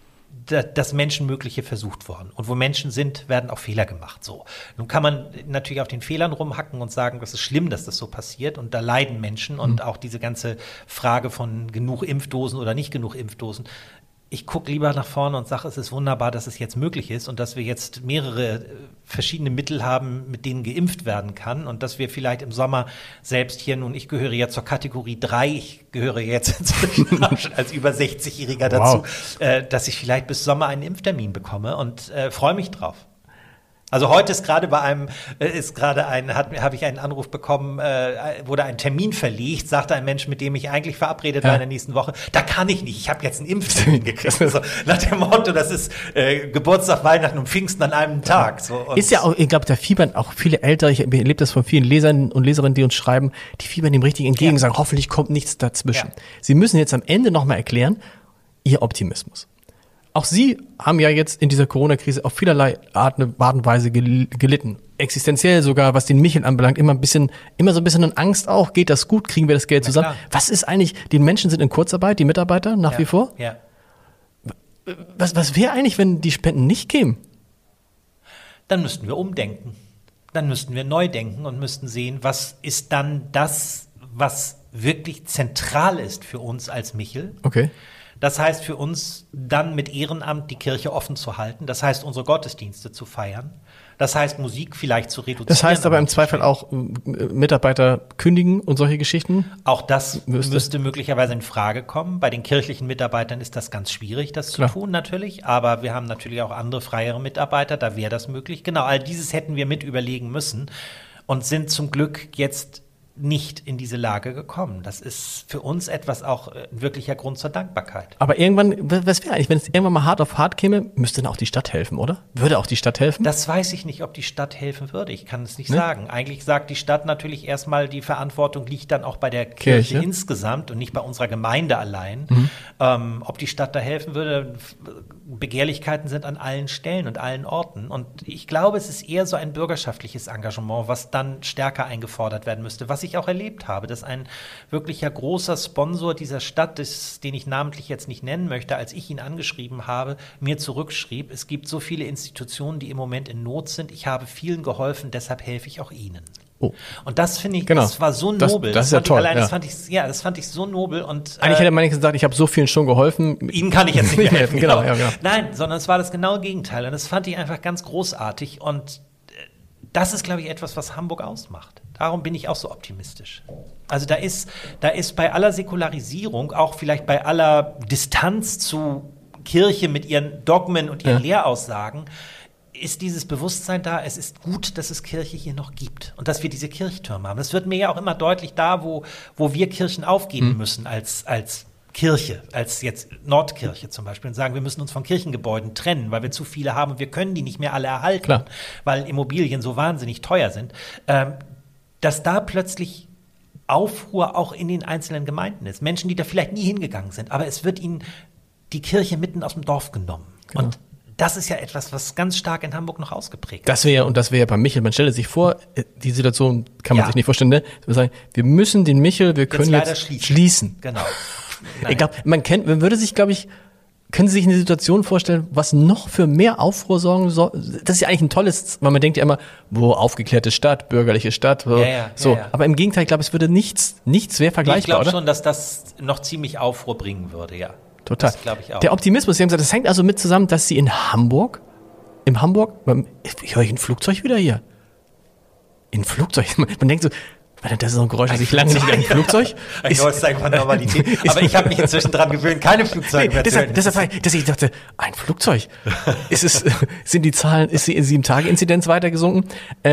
das Menschenmögliche versucht worden. Und wo Menschen sind, werden auch Fehler gemacht. So. Nun kann man natürlich auf den Fehlern rumhacken und sagen, das ist schlimm, dass das so passiert. Und da leiden Menschen. Und auch diese ganze Frage von genug Impfdosen oder nicht genug Impfdosen. Ich gucke lieber nach vorne und sage, es ist wunderbar, dass es jetzt möglich ist und dass wir jetzt mehrere verschiedene Mittel haben, mit denen geimpft werden kann und dass wir vielleicht im Sommer selbst hier nun, ich gehöre ja zur Kategorie 3, ich gehöre jetzt inzwischen als über 60-Jähriger dazu, dass ich vielleicht bis Sommer einen Impftermin bekomme und freue mich drauf. Also heute ist gerade habe ich einen Anruf bekommen, wurde ein Termin verlegt, sagte ein Mensch, mit dem ich eigentlich verabredet war in der nächsten Woche, da kann ich nicht, ich habe jetzt einen Impftermin gekriegt. So, nach dem Motto, das ist Geburtstag, Weihnachten und Pfingsten an einem Tag. So, und
ist ja auch, ich glaube, da fiebern auch viele Ältere, ich erlebe das von vielen Lesern und Leserinnen, die uns schreiben, die fiebern dem richtig entgegen, sagen, hoffentlich kommt nichts dazwischen. Ja. Sie müssen jetzt am Ende nochmal erklären, Ihr Optimismus. Auch Sie haben ja jetzt in dieser Corona-Krise auf vielerlei Art und Weise gelitten. Existenziell sogar, was den Michel anbelangt, immer so ein bisschen in Angst auch. Geht das gut? Kriegen wir das Geld zusammen? Was ist eigentlich, die Menschen sind in Kurzarbeit, die Mitarbeiter nach wie vor?
Ja.
Was wäre eigentlich, wenn die Spenden nicht kämen?
Dann müssten wir umdenken. Dann müssten wir neu denken und müssten sehen, was ist dann das, was wirklich zentral ist für uns als Michel.
Okay.
Das heißt für uns dann mit Ehrenamt die Kirche offen zu halten. Das heißt, unsere Gottesdienste zu feiern. Das heißt, Musik vielleicht zu reduzieren.
Das heißt aber im Zweifel auch Mitarbeiter kündigen und solche Geschichten?
Auch das müsste möglicherweise in Frage kommen. Bei den kirchlichen Mitarbeitern ist das ganz schwierig, das zu tun natürlich. Aber wir haben natürlich auch andere freiere Mitarbeiter, da wäre das möglich. Genau, all dieses hätten wir mit überlegen müssen und sind zum Glück jetzt nicht in diese Lage gekommen. Das ist für uns etwas auch ein wirklicher Grund zur Dankbarkeit.
Aber irgendwann, was wäre eigentlich, wenn es irgendwann mal hart auf hart käme, müsste dann auch die Stadt helfen, oder? Würde auch die Stadt helfen?
Das weiß ich nicht, ob die Stadt helfen würde. Ich kann es nicht sagen. Eigentlich sagt die Stadt natürlich erstmal, die Verantwortung liegt dann auch bei der Kirche insgesamt und nicht bei unserer Gemeinde allein. Ob die Stadt da helfen würde, Begehrlichkeiten sind an allen Stellen und allen Orten. Und ich glaube, es ist eher so ein bürgerschaftliches Engagement, was dann stärker eingefordert werden müsste. Was ich auch erlebt habe, dass ein wirklicher großer Sponsor dieser Stadt, den ich namentlich jetzt nicht nennen möchte, als ich ihn angeschrieben habe, mir zurückschrieb, es gibt so viele Institutionen, die im Moment in Not sind. Ich habe vielen geholfen, deshalb helfe ich auch ihnen.
Oh.
Und das finde ich, das war so nobel.
Das ist ja toll.
Das fand ich so nobel. Und,
eigentlich hätte man nicht gesagt, ich habe so vielen schon geholfen.
Ihnen kann ich jetzt nicht mehr helfen.
Genau.
Nein, sondern es war das genaue Gegenteil. Und das fand ich einfach ganz großartig. Und das ist, glaube ich, etwas, was Hamburg ausmacht. Darum bin ich auch so optimistisch. Also da ist bei aller Säkularisierung, auch vielleicht bei aller Distanz zu Kirche mit ihren Dogmen und ihren Lehraussagen, ist dieses Bewusstsein da, es ist gut, dass es Kirche hier noch gibt und dass wir diese Kirchtürme haben. Das wird mir ja auch immer deutlich da, wo wir Kirchen aufgeben müssen als Kirche, als jetzt Nordkirche zum Beispiel, und sagen, wir müssen uns von Kirchengebäuden trennen, weil wir zu viele haben und wir können die nicht mehr alle erhalten, weil Immobilien so wahnsinnig teuer sind, dass da plötzlich Aufruhr auch in den einzelnen Gemeinden ist. Menschen, die da vielleicht nie hingegangen sind, aber es wird ihnen die Kirche mitten aus dem Dorf genommen. Genau. Und das ist ja etwas, was ganz stark in Hamburg noch ausgeprägt ist.
Das wäre bei Michel, man stelle sich vor, die Situation kann man sich nicht vorstellen, ne? Wir sagen, wir müssen den Michel, wir können jetzt schließen.
Genau.
Ich glaube, können Sie sich eine Situation vorstellen, was noch für mehr Aufruhr sorgen soll? Das ist ja eigentlich ein tolles, weil man denkt ja immer, aufgeklärte Stadt, bürgerliche Stadt, Aber im Gegenteil, ich glaube, es würde nichts wäre vergleichbar,
ich glaube
oder?
schon, dass das noch ziemlich Aufruhr bringen würde, ja.
Total.
Das glaube ich auch.
Der Optimismus, Sie haben gesagt, das hängt also mit zusammen, dass Sie in Hamburg, ich höre ein Flugzeug wieder hier. In Flugzeug, man denkt so, das ist so ein Geräusch, das ich lange nicht ein Flugzeug.
Ein neues Zeichen von Normalität. Aber ich habe mich inzwischen daran gewöhnt, keine Flugzeuge mehr zu hören.
Deshalb, dass ich dachte, ein Flugzeug. Sind die Zahlen, ist die 7-Tage-Inzidenz weiter gesunken?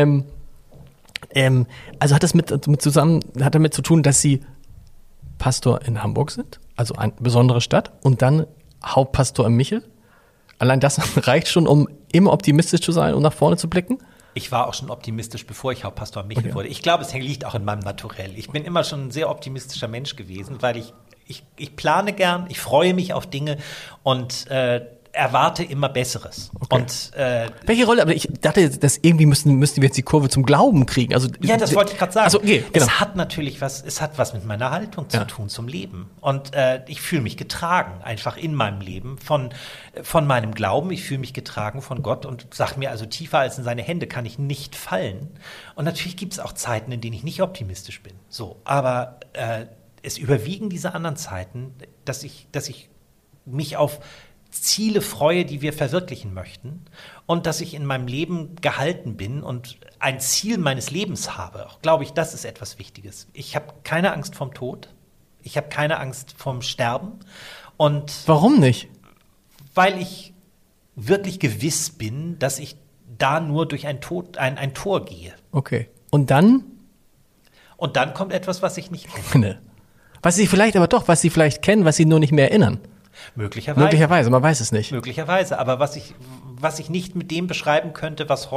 Also hat das damit zu tun, dass Sie Pastor in Hamburg sind, also eine besondere Stadt, und dann Hauptpastor in Michel? Allein das reicht schon, um immer optimistisch zu sein und nach vorne zu blicken?
Ich war auch schon optimistisch, bevor ich Hauptpastor in Michel wurde. Ich glaube, es liegt auch in meinem Naturell. Ich bin immer schon ein sehr optimistischer Mensch gewesen, weil ich plane gern, ich freue mich auf Dinge und erwarte immer Besseres.
Okay.
Und
welche Rolle? Aber ich dachte, dass irgendwie müssten wir jetzt die Kurve zum Glauben kriegen. Also,
ja, das wollte ich gerade sagen.
Also, okay, genau.
Es hat natürlich was mit meiner Haltung zu tun zum Leben. Und ich fühle mich getragen, einfach in meinem Leben von meinem Glauben. Ich fühle mich getragen von Gott und sage mir, also tiefer als in seine Hände kann ich nicht fallen. Und natürlich gibt es auch Zeiten, in denen ich nicht optimistisch bin. So, aber es überwiegen diese anderen Zeiten, dass ich mich auf Ziele freue, die wir verwirklichen möchten, und dass ich in meinem Leben gehalten bin und ein Ziel meines Lebens habe. Auch glaube ich, das ist etwas Wichtiges. Ich habe keine Angst vom Tod. Ich habe keine Angst vom Sterben. Und
warum nicht?
Weil ich wirklich gewiss bin, dass ich da nur durch ein Tor gehe.
Okay. Und dann?
Und dann kommt etwas, was ich nicht kenne.
Was Sie vielleicht kennen, was Sie nur nicht mehr erinnern. Möglicherweise, man weiß es nicht.
Möglicherweise, aber was ich nicht mit dem beschreiben könnte, was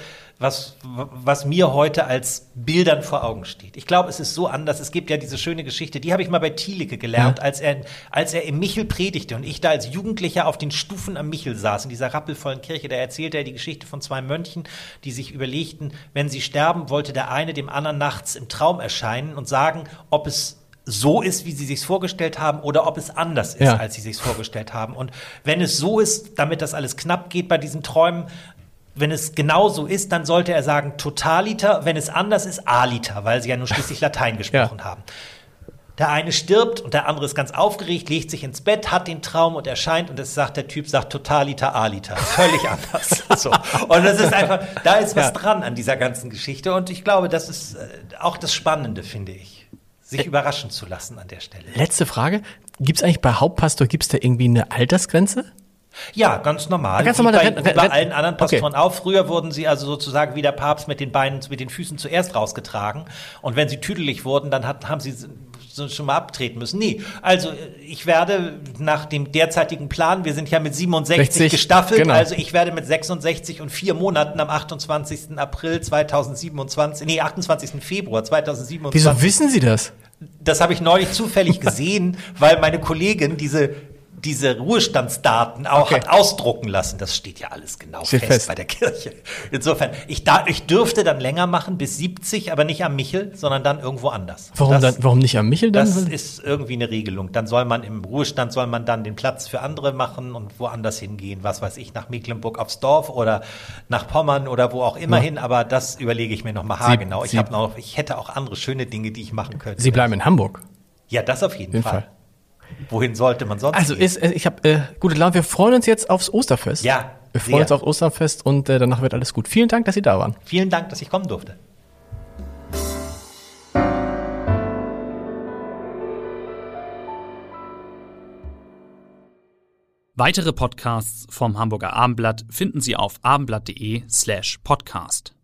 mir heute als Bildern vor Augen steht. Ich glaube, es ist so anders. Es gibt ja diese schöne Geschichte, die habe ich mal bei Thielicke gelernt, als er im Michel predigte und ich da als Jugendlicher auf den Stufen am Michel saß, in dieser rappelvollen Kirche. Da erzählte er die Geschichte von 2 Mönchen, die sich überlegten, wenn sie sterben, wollte der eine dem anderen nachts im Traum erscheinen und sagen, ob es so ist, wie sie sich's vorgestellt haben, oder ob es anders ist, als sie sich's vorgestellt haben. Und wenn es so ist, damit das alles knapp geht bei diesen Träumen, wenn es genau so ist, dann sollte er sagen Totaliter, wenn es anders ist, Aliter, weil sie ja nun schließlich Latein gesprochen haben. Der eine stirbt und der andere ist ganz aufgeregt, legt sich ins Bett, hat den Traum und erscheint, und der Typ sagt Totaliter, Aliter. Völlig anders. So. Und das ist einfach, da ist was dran an dieser ganzen Geschichte, und ich glaube, das ist auch das Spannende, finde ich. Sich überraschen zu lassen an der Stelle.
Letzte Frage. Gibt es eigentlich bei Hauptpastor, da irgendwie eine Altersgrenze?
Ja, ganz normal.
Ganz normal
wie bei allen anderen Pastoren auch. Früher wurden sie also sozusagen wie der Papst mit den Füßen zuerst rausgetragen. Und wenn sie tüdelig wurden, dann haben sie schon mal abtreten müssen. Nee, also ich werde nach dem derzeitigen Plan, wir sind ja mit 67 gestaffelt, genau. Also ich werde mit 66 und 4 Monaten am 28. Februar 2027.
Wieso wissen Sie das?
Das habe ich neulich zufällig gesehen, weil meine Kollegin diese Ruhestandsdaten auch hat ausdrucken lassen. Das steht ja alles genau fest bei der Kirche. Insofern, ich dürfte dann länger machen, bis 70, aber nicht am Michel, sondern dann irgendwo anders.
Warum nicht am Michel dann?
Das ist irgendwie eine Regelung. Dann soll man im Ruhestand dann den Platz für andere machen und woanders hingehen. Was weiß ich, nach Mecklenburg aufs Dorf oder nach Pommern oder wo auch immer hin. Aber das überlege ich mir noch mal haargenau. Ich hätte auch andere schöne Dinge, die ich machen könnte.
Sie bleiben in Hamburg?
Ja, das auf jeden Fall. Wohin sollte man sonst
gehen? Also ich habe gute Laune. Wir freuen uns jetzt aufs Osterfest.
Ja,
wir freuen uns aufs Osterfest und danach wird alles gut. Vielen Dank, dass Sie da waren.
Vielen Dank, dass ich kommen durfte.
Weitere Podcasts vom Hamburger Abendblatt finden Sie auf abendblatt.de/podcast.